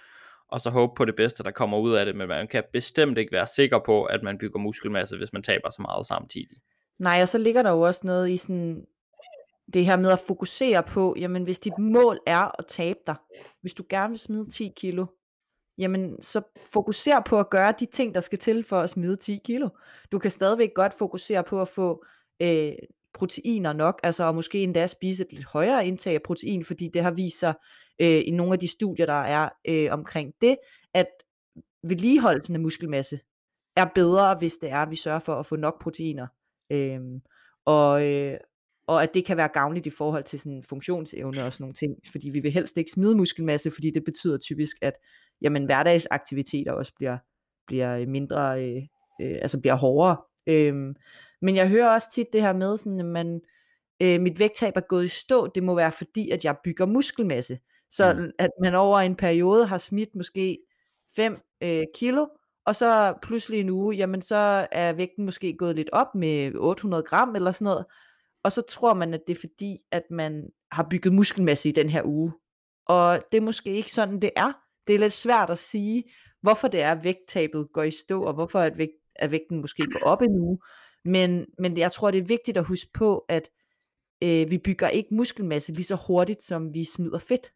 og så håbe på det bedste, der kommer ud af det, men man kan bestemt ikke være sikker på, at man bygger muskelmasse, hvis man taber så meget samtidig. Nej, og så ligger der jo også noget i sådan det her med at fokusere på, jamen hvis dit mål er at tabe dig, hvis du gerne vil smide ti kilo, jamen så fokuser på at gøre de ting, der skal til for at smide ti kilo. Du kan stadigvæk godt fokusere på at få øh, proteiner nok, altså og måske endda spise et lidt højere indtag af protein, fordi det har vist sig øh, i nogle af de studier, der er øh, omkring det, at vedligeholdelsen af muskelmasse er bedre, hvis det er, at vi sørger for at få nok proteiner. Øhm, og, øh, og at det kan være gavnligt i forhold til sådan funktionsevne og sådan nogle ting, fordi vi vil helst ikke smide muskelmasse, fordi det betyder typisk, at jamen, hverdagsaktiviteter også bliver, bliver mindre, øh, øh, altså bliver hårdere. Øhm, men jeg hører også tit det her med, sådan, at man, øh, mit vægttab er gået i stå, det må være fordi, at jeg bygger muskelmasse. Så mm. at man over en periode har smidt måske fem øh, kilo, og så pludselig en uge, jamen så er vægten måske gået lidt op med otte hundrede gram eller sådan noget, og så tror man, at det er fordi, at man har bygget muskelmasse i den her uge. Og det er måske ikke sådan, det er. Det er lidt svært at sige, hvorfor det er, at vægttabet går i stå, og hvorfor at, vægt, at vægten måske går op en uge. Men, men jeg tror, det er vigtigt at huske på, at øh, vi bygger ikke muskelmasse lige så hurtigt, som vi smider fedt.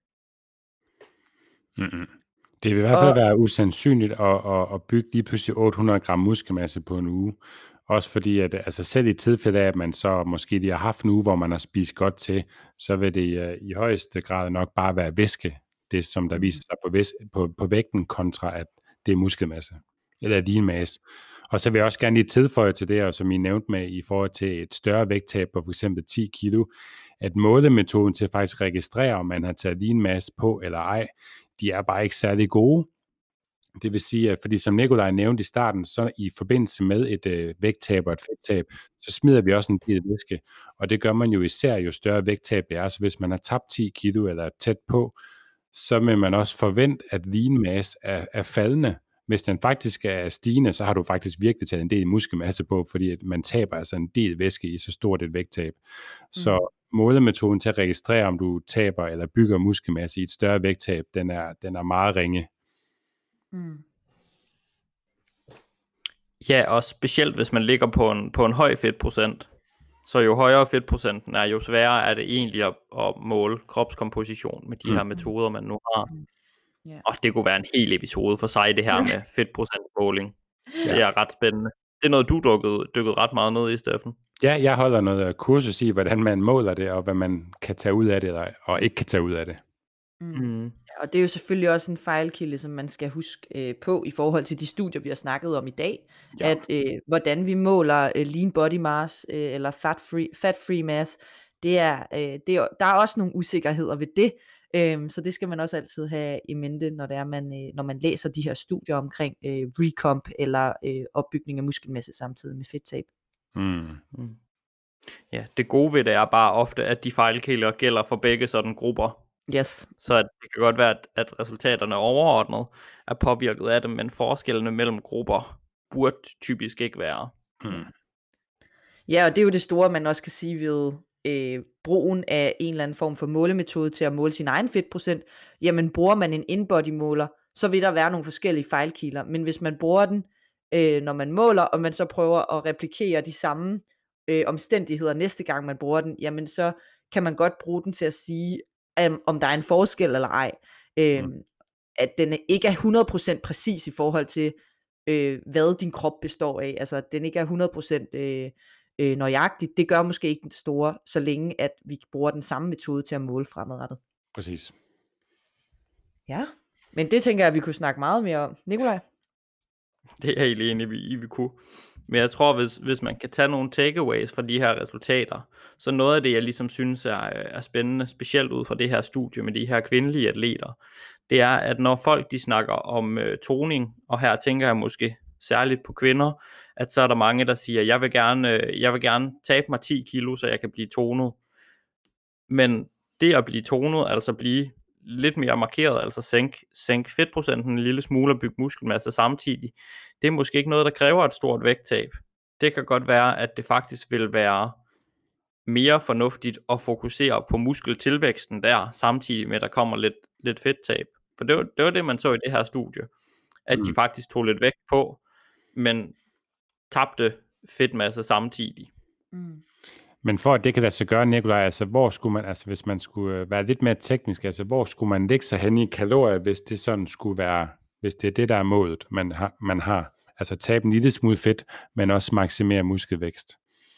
Mm-mm. Det vil i hvert fald og, være usandsynligt at, at, at bygge lige pludselig otte hundrede gram muskelmasse på en uge. Også fordi, at altså selv i tilfælde af, at man så måske lige har haft en uge, hvor man har spist godt til, så vil det uh, i højeste grad nok bare være væske, det som der viser sig på, væs- på, på vægten, kontra at det er muskelmasse, eller leanmasse. Og så vil jeg også gerne lige tilføje til det, og som I nævnte med i forhold til et større vægttab på for eksempel ti kilo, at målemetoden til at faktisk registrere, om man har taget leanmasse på eller ej, de er bare ikke særlig gode. Det vil sige, at fordi som Nikolaj nævnte i starten, så i forbindelse med et øh, vægttab og et fedttab, så smider vi også en del væske, og det gør man jo især, jo større vægttab det er. Så hvis man har tabt ti kilo eller er tæt på, så vil man også forvente, at lean masse er, er faldende. Hvis den faktisk er stigende, så har du faktisk virkelig taget en del muskelmasse på, fordi man taber altså en del væske i så stort et vægttab. Mm. Så målemetoden til at registrere, om du taber eller bygger muskelmasse i et større vægttab, den er, den er meget ringe. Mm. Ja, og specielt hvis man ligger på en, på en høj fedtprocent, så jo højere fedtprocenten er, jo sværere er det egentlig at, at måle kropskomposition med de mm. her metoder, man nu har. Mm. Yeah. Og det kunne være en hel episode for sig, det her med fedtprocentmåling. Ja. Det er ret spændende. Det er noget, du dykkede, dykkede ret meget ned i, Steffen. Ja, jeg holder noget kursus i, hvordan man måler det, og hvad man kan tage ud af det, og ikke kan tage ud af det. Mm. Mm. Ja, og det er jo selvfølgelig også en fejlkilde, som man skal huske øh, på i forhold til de studier, vi har snakket om i dag, ja. At øh, hvordan vi måler øh, lean body mass øh, eller fat free, fat free mass, det er, øh, det er, der er også nogle usikkerheder ved det, øh, så det skal man også altid have i mente, når, det er, man, øh, når man læser de her studier omkring øh, recomp eller øh, opbygning af muskelmasse samtidig med fedttab. Mm. Mm. Ja, det gode ved det er bare ofte, at de fejlkilder gælder for begge sådan grupper. Yes. Så at det kan godt være, at, at resultaterne overordnet er påvirket af dem, men forskellene mellem grupper burde typisk ikke være. Mm. Ja, og det er jo det store, man også kan sige ved øh, brugen af en eller anden form for målemetode til at måle sin egen fedtprocent. Jamen bruger man en in-body måler, så vil der være nogle forskellige fejlkilder, men hvis man bruger den, øh, når man måler, og man så prøver at replikere de samme øh, omstændigheder næste gang man bruger den, jamen så kan man godt bruge den til at sige, um, om der er en forskel eller ej. Øh, mm. At den ikke er hundrede procent præcis i forhold til, øh, hvad din krop består af. Altså den ikke er hundrede procent øh, øh, nøjagtigt. Det gør måske ikke den store, så længe at vi bruger den samme metode til at måle fremadrettet. Præcis. Ja, men det tænker jeg, at vi kunne snakke meget mere om. Nikolaj? Det er jeg egentlig enig i, vi kunne. Men jeg tror, hvis, hvis man kan tage nogle takeaways fra de her resultater, så noget af det, jeg ligesom synes er, er spændende, specielt ud fra det her studie med de her kvindelige atleter, det er, at når folk de snakker om øh, toning, og her tænker jeg måske særligt på kvinder, at så er der mange, der siger, jeg vil gerne, øh, jeg vil gerne tabe mig ti kilo, så jeg kan blive tonet. Men det at blive tonet, altså blive lidt mere markeret, altså sænk, sænk fedtprocenten en lille smule og bygge muskelmasse samtidig, det er måske ikke noget, der kræver et stort vægttab. Det kan godt være, at det faktisk vil være mere fornuftigt at fokusere på muskeltilvæksten der, samtidig med, at der kommer lidt, lidt fedttab. For det var, det var det, man så i det her studie, at mm. de faktisk tog lidt vægt på, men tabte fedtmasse samtidig. Mm. Men for at det kan lade sig gøre, Nikolaj, altså hvor skulle man, altså hvis man skulle være lidt mere teknisk, altså hvor skulle man lægge sig hen i kalorier, hvis det sådan skulle være, hvis det er det, der er målet, man har, man har. Altså tabe en lille smule fedt, men også maksimere muskelvækst.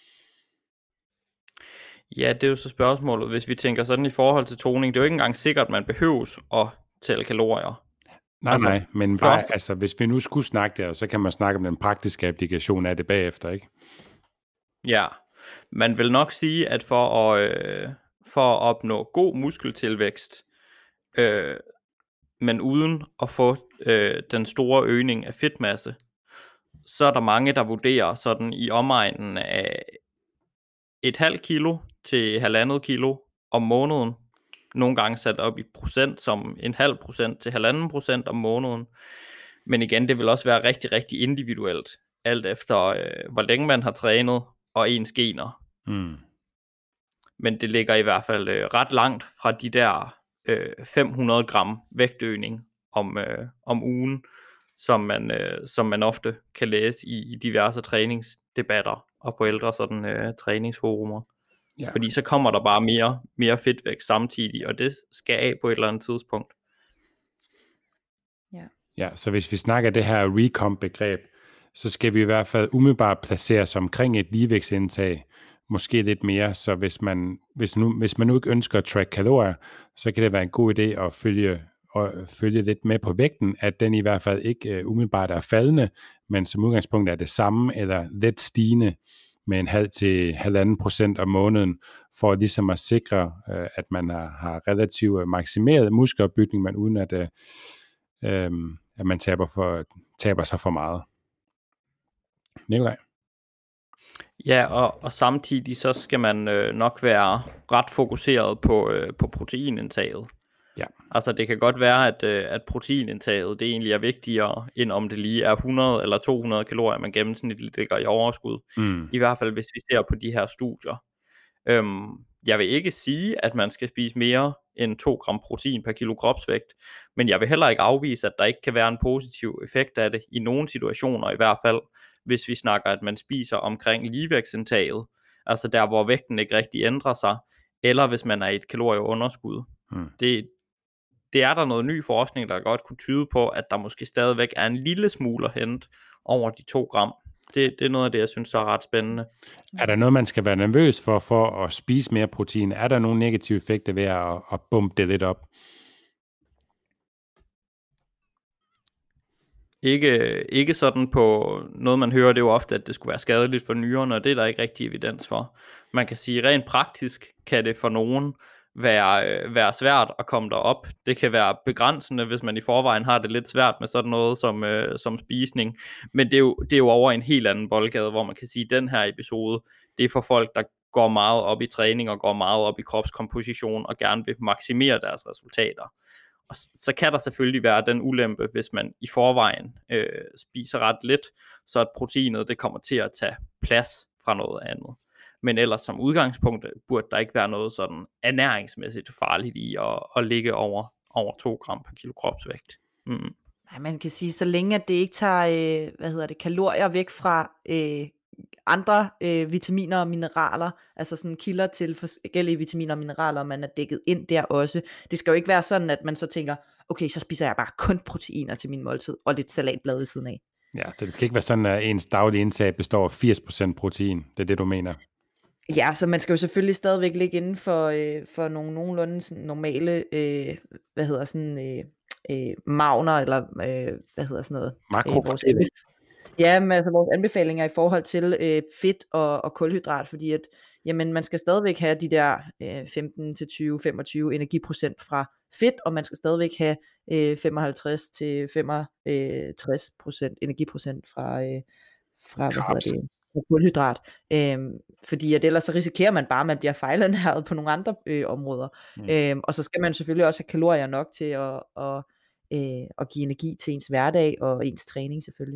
Ja, det er jo så spørgsmålet, hvis vi tænker sådan i forhold til toning, det er jo ikke engang sikkert, at man behøves at tælle kalorier. Nej, altså, nej, men bare, først... altså, hvis vi nu skulle snakke der, så kan man snakke om den praktiske applikation af det bagefter, ikke? Ja, man vil nok sige, at for at, øh, for at opnå god muskeltilvækst, øh, men uden at få øh, den store øgning af fedtmasse, så er der mange, der vurderer sådan i omegnen af et halvt kilo til halvandet kilo om måneden. Nogle gange sat op i procent som en halv procent til halvanden procent om måneden. Men igen, det vil også være rigtig, rigtig individuelt, alt efter øh, hvor længe man har trænet og ens gener. Mm. Men det ligger i hvert fald øh, ret langt fra de der øh, fem hundrede gram vægtøgning om, øh, om ugen, som man, øh, som man ofte kan læse i, i diverse træningsdebatter og på ældre sådan, øh, træningsforumer. Ja. Fordi så kommer der bare mere, mere fedtvækst samtidig, og det skal af på et eller andet tidspunkt. Ja. Ja, så hvis vi snakker det her recomp-begreb, så skal vi i hvert fald umiddelbart placere os omkring et ligevægtsindtag, måske lidt mere, så hvis man, hvis nu, hvis man nu ikke ønsker at track kalorier, så kan det være en god idé at følge, at følge lidt med på vægten, at den i hvert fald ikke uh, umiddelbart er faldende, men som udgangspunkt er det samme, eller lidt stigende, med en halv til halvanden procent om måneden, for ligesom at sikre, uh, at man har, har relativt maksimeret muskelopbygning, men uden at, uh, um, at man taber, for, taber sig for meget. Nikolaj? Ja, og, og samtidig så skal man øh, nok være ret fokuseret på, øh, på proteinindtaget. Ja. Altså det kan godt være, at, øh, at proteinindtaget det egentlig er vigtigere, end om det lige er hundrede eller to hundrede kalorier, man gennemsnitligt ligger i overskud. Mm. I hvert fald hvis vi ser på de her studier. Øhm, jeg vil ikke sige, at man skal spise mere end to gram protein per kilo kropsvægt, men jeg vil heller ikke afvise, at der ikke kan være en positiv effekt af det, i nogle situationer i hvert fald, hvis vi snakker, at man spiser omkring ligevægtsindtaget, altså der, hvor vægten ikke rigtig ændrer sig, eller hvis man er i et kalorieunderskud. Mm. Det, det er der noget ny forskning, der godt kunne tyde på, at der måske stadigvæk er en lille smule at hente over de to gram. Det, det er noget af det, jeg synes er ret spændende. Er der noget, man skal være nervøs for, for at spise mere protein? Er der nogle negative effekter ved at, at bumpe det lidt op? Ikke, ikke sådan på noget, man hører, det er jo ofte, at det skulle være skadeligt for nyrerne, og det er der ikke rigtig evidens for. Man kan sige, rent praktisk kan det for nogen være, være svært at komme derop. Det kan være begrænsende, hvis man i forvejen har det lidt svært med sådan noget som, øh, som spisning. Men det er, jo, det er jo over en helt anden boldgade, hvor man kan sige, at den her episode, det er for folk, der går meget op i træning og går meget op i kropskomposition og gerne vil maksimere deres resultater. Og så kan der selvfølgelig være den ulempe, hvis man i forvejen øh, spiser ret lidt, så at proteinet det kommer til at tage plads fra noget andet. Men ellers som udgangspunkt burde der ikke være noget sådan ernæringsmæssigt farligt i at, at ligge over, over to gram per kilo kropsvægt. Mm. Nej, man kan sige, så længe at det ikke tager øh, hvad hedder det, kalorier væk fra øh, andre øh, vitaminer og mineraler, altså sådan kilder til forskellige vitaminer og mineraler, man er dækket ind der også. Det skal jo ikke være sådan, at man så tænker, okay, så spiser jeg bare kun proteiner til min måltid, og lidt salatblad ved siden af. Ja, så det kan ikke være sådan, at ens daglige indtag består af firs procent protein. Det er det, du mener? Ja, så man skal jo selvfølgelig stadigvæk ligge inden for, øh, for nogle nogenlunde sådan normale, øh, hvad hedder sådan, øh, øh, magner, eller øh, hvad hedder sådan noget? Makrofordeling. Ja, men altså vores anbefalinger i forhold til øh, fedt og, og kulhydrat, fordi at jamen, man skal stadigvæk have de der øh, femten til tyve til femogtyve energiprocent fra fedt, og man skal stadigvæk have øh, femoghalvtreds til femogtres procent energiprocent fra, øh, fra hvad hedder det, fra kulhydrat. Øh, fordi at ellers så risikerer man bare, at man bliver fejlernæret på nogle andre øh, områder. Mm. Øh, og så skal man selvfølgelig også have kalorier nok til at, at, øh, at give energi til ens hverdag og ens træning selvfølgelig.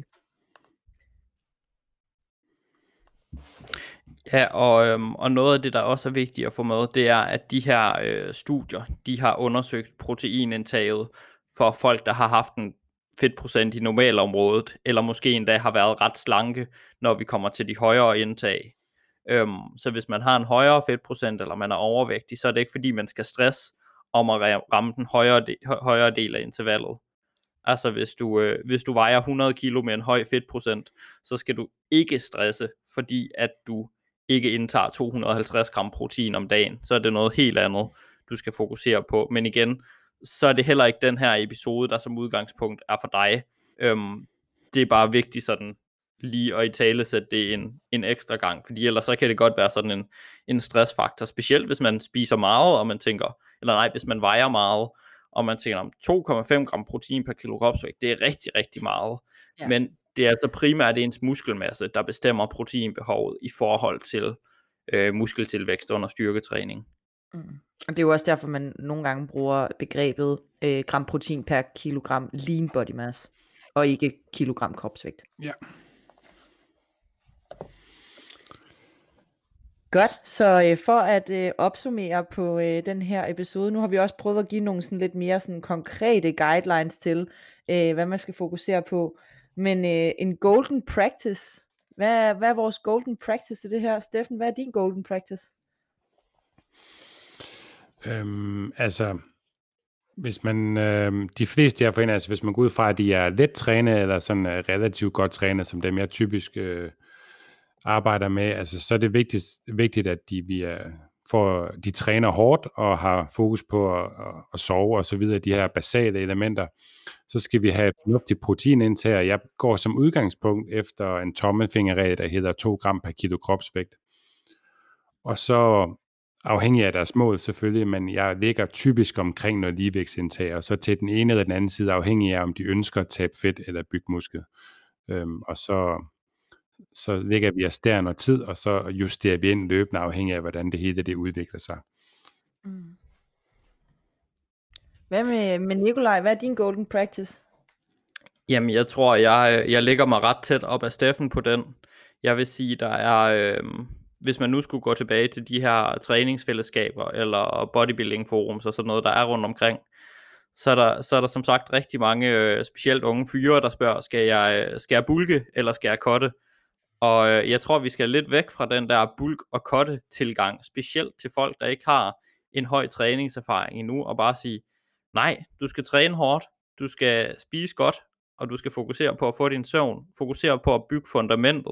Ja, og, øhm, og noget af det, der også er vigtigt at få med, det er, at de her øh, studier, de har undersøgt proteinindtaget for folk, der har haft en fedtprocent i normalområdet, eller måske endda har været ret slanke, når vi kommer til de højere indtag. Øhm, så hvis man har en højere fedtprocent, eller man er overvægtig, så er det ikke fordi, man skal stresse om at ramme den højere del, højere del af intervallet. Altså hvis du, øh, hvis du vejer hundrede kilo med en høj fedtprocent, så skal du ikke stresse, fordi at du ikke indtager to hundrede og halvtreds gram protein om dagen. Så er det noget helt andet, du skal fokusere på. Men igen, så er det heller ikke den her episode, der som udgangspunkt er for dig. Øhm, det er bare vigtigt sådan lige at italesætte det en, en ekstra gang, fordi ellers så kan det godt være sådan en, en stressfaktor, specielt hvis man spiser meget, og man tænker, eller nej, hvis man vejer meget, og man tænker om to komma fem gram protein per kilo kropsvægt, det er rigtig, rigtig meget. Ja. Men det er altså primært ens muskelmasse, der bestemmer proteinbehovet i forhold til øh, muskeltilvækst under styrketræning. Mm. Og det er jo også derfor, man nogle gange bruger begrebet øh, gram protein per kilogram lean body mass, og ikke kilogram kropsvægt. Ja. Godt, så øh, for at øh, opsummere på øh, den her episode, nu har vi også prøvet at give nogle sådan lidt mere sådan konkrete guidelines til, øh, hvad man skal fokusere på. Men øh, en golden practice, hvad, hvad er vores golden practice i det her? Steffen, hvad er din golden practice? Øhm, altså, hvis man, øhm, de fleste jeg forener, altså hvis man går ud fra, at de er let trænet, eller sådan øh, relativt godt trænet, som dem jeg typisk øh, arbejder med, altså så er det vigtigt, vigtigt at de, vi er, får, de træner hårdt, og har fokus på at, at, at sove, og så videre, de her basale elementer. Så skal vi have et fornuftigt proteinindtag, og jeg går som udgangspunkt efter en tommelfingerregel, der hedder to gram per kilo kropsvægt. Og så afhængig af deres mål selvfølgelig, men jeg ligger typisk omkring noget ligevægtsindtag, og så til den ene eller den anden side, afhængig af om de ønsker at tabe fedt eller bygge muskel. Øhm, og så, så ligger vi os der noget tid, og så justerer vi ind løbende, afhængig af hvordan det hele det udvikler sig. Mm. Hvad med, med Nikolaj, hvad er din golden practice? Jamen jeg tror, jeg, jeg ligger mig ret tæt op af Steffen på den. Jeg vil sige, der er... Øh... hvis man nu skulle gå tilbage til de her træningsfællesskaber eller bodybuilding forums og sådan noget, der er rundt omkring, så er der, så er der som sagt rigtig mange, øh, specielt unge fyre, der spørger, skal jeg, skal jeg bulke eller skal jeg cutte? Og øh, jeg tror, vi skal lidt væk fra den der bulk og cutte tilgang, specielt til folk, der ikke har en høj træningserfaring endnu, og bare sige, nej, du skal træne hårdt, du skal spise godt, og du skal fokusere på at få din søvn, fokusere på at bygge fundamentet,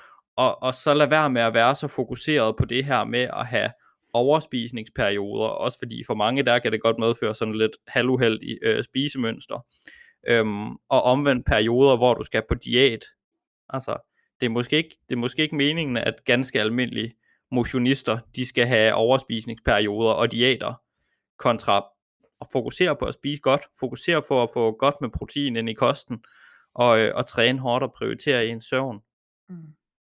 Og, og så lad være med at være så fokuseret på det her med at have overspisningsperioder, også fordi for mange der kan det godt medføre sådan lidt halvuheldig øh, spisemønster, øhm, og omvendt perioder, hvor du skal på diæt. Altså, det er, måske ikke, det er måske ikke meningen, at ganske almindelige motionister, de skal have overspisningsperioder og diæter, kontra at fokusere på at spise godt, fokusere på at få godt med protein ind i kosten, og, øh, og træne hårdt og prioritere en søvn. Mm.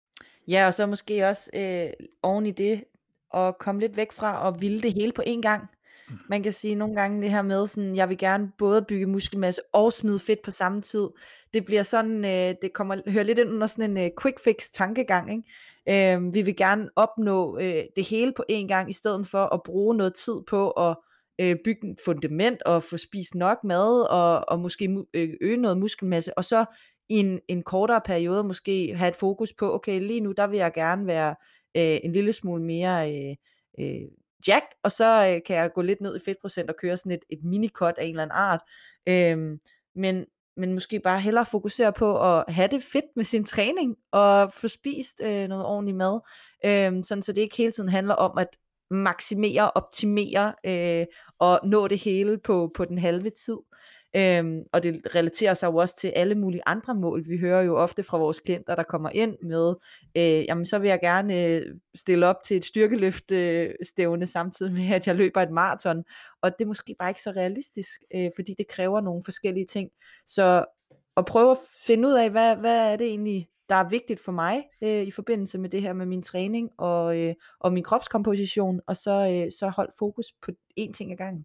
Ja, og så måske også øh, oven i det, at komme lidt væk fra at ville det hele på én gang. Man kan sige nogle gange det her med, sådan, jeg vil gerne både bygge muskelmasse og smide fedt på samme tid. Det bliver sådan, øh, det kommer hører lidt ind under sådan en øh, quick fix tankegang, ikke? Øh, vi vil gerne opnå øh, det hele på én gang, i stedet for at bruge noget tid på at øh, bygge et fundament og få spist nok mad og, og måske øge noget muskelmasse, og så i en, en kortere periode måske have et fokus på, okay, lige nu der vil jeg gerne være øh, en lille smule mere øh, øh, jacked, og så øh, kan jeg gå lidt ned i fedtprocent og køre sådan et, et mini-cut af en eller anden art. Øhm, men, men måske bare hellere fokusere på at have det fedt med sin træning, og få spist øh, noget ordentligt mad, øh, sådan så det ikke hele tiden handler om at maksimere, optimere øh, og nå det hele på, på den halve tid. Øhm, og det relaterer sig jo også til alle mulige andre mål. Vi hører jo ofte fra vores klienter, der kommer ind med, øh, jamen så vil jeg gerne øh, stille op til et styrkeløft øh, stævne, samtidig med at jeg løber et maraton, og det er måske bare ikke så realistisk, øh, fordi det kræver nogle forskellige ting. Så at prøve at finde ud af, hvad, hvad er det egentlig, der er vigtigt for mig øh, i forbindelse med det her med min træning og, øh, og min kropskomposition, og så, øh, så hold fokus på én ting ad gangen.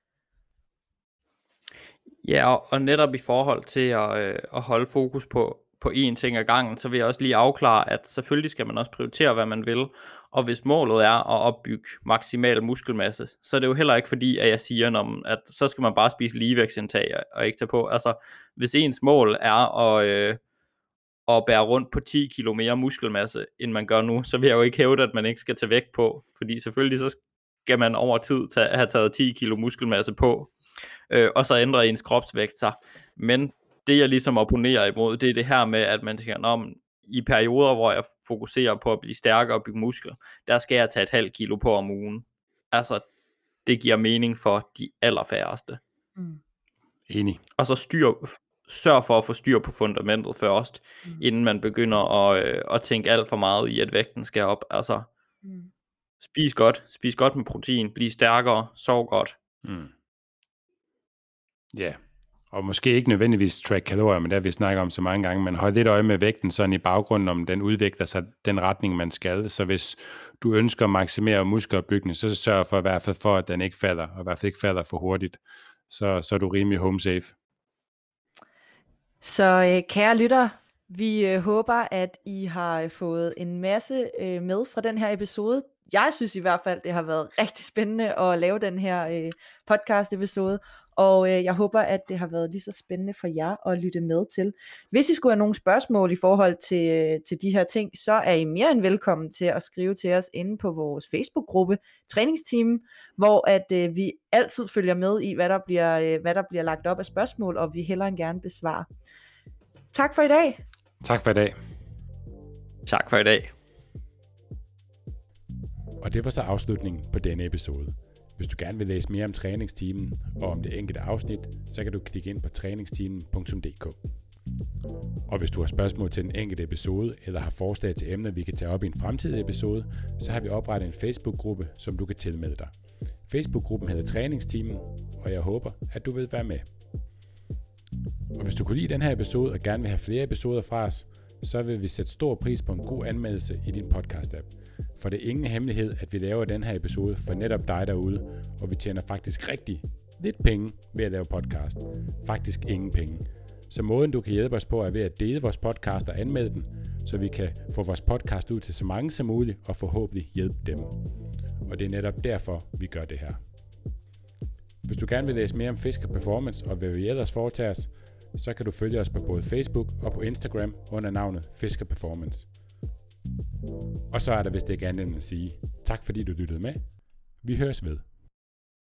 Ja, og, og netop i forhold til at, øh, at holde fokus på, på én ting ad gangen, så vil jeg også lige afklare, at selvfølgelig skal man også prioritere, hvad man vil, Og hvis målet er at opbygge maksimal muskelmasse, så er det jo heller ikke fordi, at jeg siger, at så skal man bare spise ligevægtsindtag og ikke tage på. Altså, hvis ens mål er at, øh, at bære rundt på ti kilo mere muskelmasse, end man gør nu, så vil jeg jo ikke hævde, at man ikke skal tage vægt på. Fordi selvfølgelig så skal man over tid tage, have taget ti kilo muskelmasse på, øh, og så ændrer ens kropsvægt sig. Men det jeg ligesom opponerer imod, det er det her med, at man tænker, om i perioder, hvor jeg fokuserer på at blive stærkere og bygge muskler, der skal jeg tage et halvt kilo på om ugen. Altså, det giver mening for de allerfærreste. Mm. Enig. Og så styr, sørg for at få styr på fundamentet først, mm. inden man begynder at, øh, at tænke alt for meget i, at vægten skal op. Altså, mm. spis godt, spis godt med protein, bliv stærkere, sov godt. Mm. Ja. Yeah. Og måske ikke nødvendigvis track kalorier, men det har vi snakket om så mange gange, men hold lidt øje med vægten sådan i baggrunden, om den udvikler sig den retning, man skal. Så hvis du ønsker at maksimere muskelopbygning, så sørg for i hvert fald for, at den ikke falder, og i hvert fald ikke falder for hurtigt. Så, så er du rimelig home safe. Så øh, kære lytter, vi øh, håber, at I har fået en masse øh, med fra den her episode. Jeg synes i hvert fald, det har været rigtig spændende at lave den her øh, podcast episode. Og øh, jeg håber, at det har været lige så spændende for jer at lytte med til. Hvis I skulle have nogle spørgsmål i forhold til, øh, til de her ting, så er I mere end velkommen til at skrive til os inde på vores Facebook-gruppe, Træningsteam, hvor at øh, vi altid følger med i, hvad der, bliver, øh, hvad der bliver lagt op af spørgsmål, og vi hellere end gerne besvarer. Tak for i dag. Tak for i dag. Tak for i dag. Og det var så afslutningen på denne episode. Hvis du gerne vil læse mere om træningsteamen og om det enkelte afsnit, så kan du klikke ind på træningsteamen punktum d k. Og hvis du har spørgsmål til den enkelte episode, eller har forslag til emner, vi kan tage op i en fremtidig episode, så har vi oprettet en Facebook-gruppe, som du kan tilmelde dig. Facebook-gruppen hedder Træningsteamen, og jeg håber, at du vil være med. Og hvis du kunne lide den her episode og gerne vil have flere episoder fra os, så vil vi sætte stor pris på en god anmeldelse i din podcast-app. For det er ingen hemmelighed, at vi laver den her episode for netop dig derude, og vi tjener faktisk rigtig lidt penge ved at lave podcast. Faktisk ingen penge. Så måden du kan hjælpe os på er ved at dele vores podcast og anmelde den, så vi kan få vores podcast ud til så mange som muligt og forhåbentlig hjælpe dem. Og det er netop derfor, vi gør det her. Hvis du gerne vil læse mere om Fisker Performance og hvad vi ellers foretager os, så kan du følge os på både Facebook og på Instagram under navnet Fisker Performance. Og så er der vist ikke andet end at sige tak fordi du lyttede med. Vi høres ved.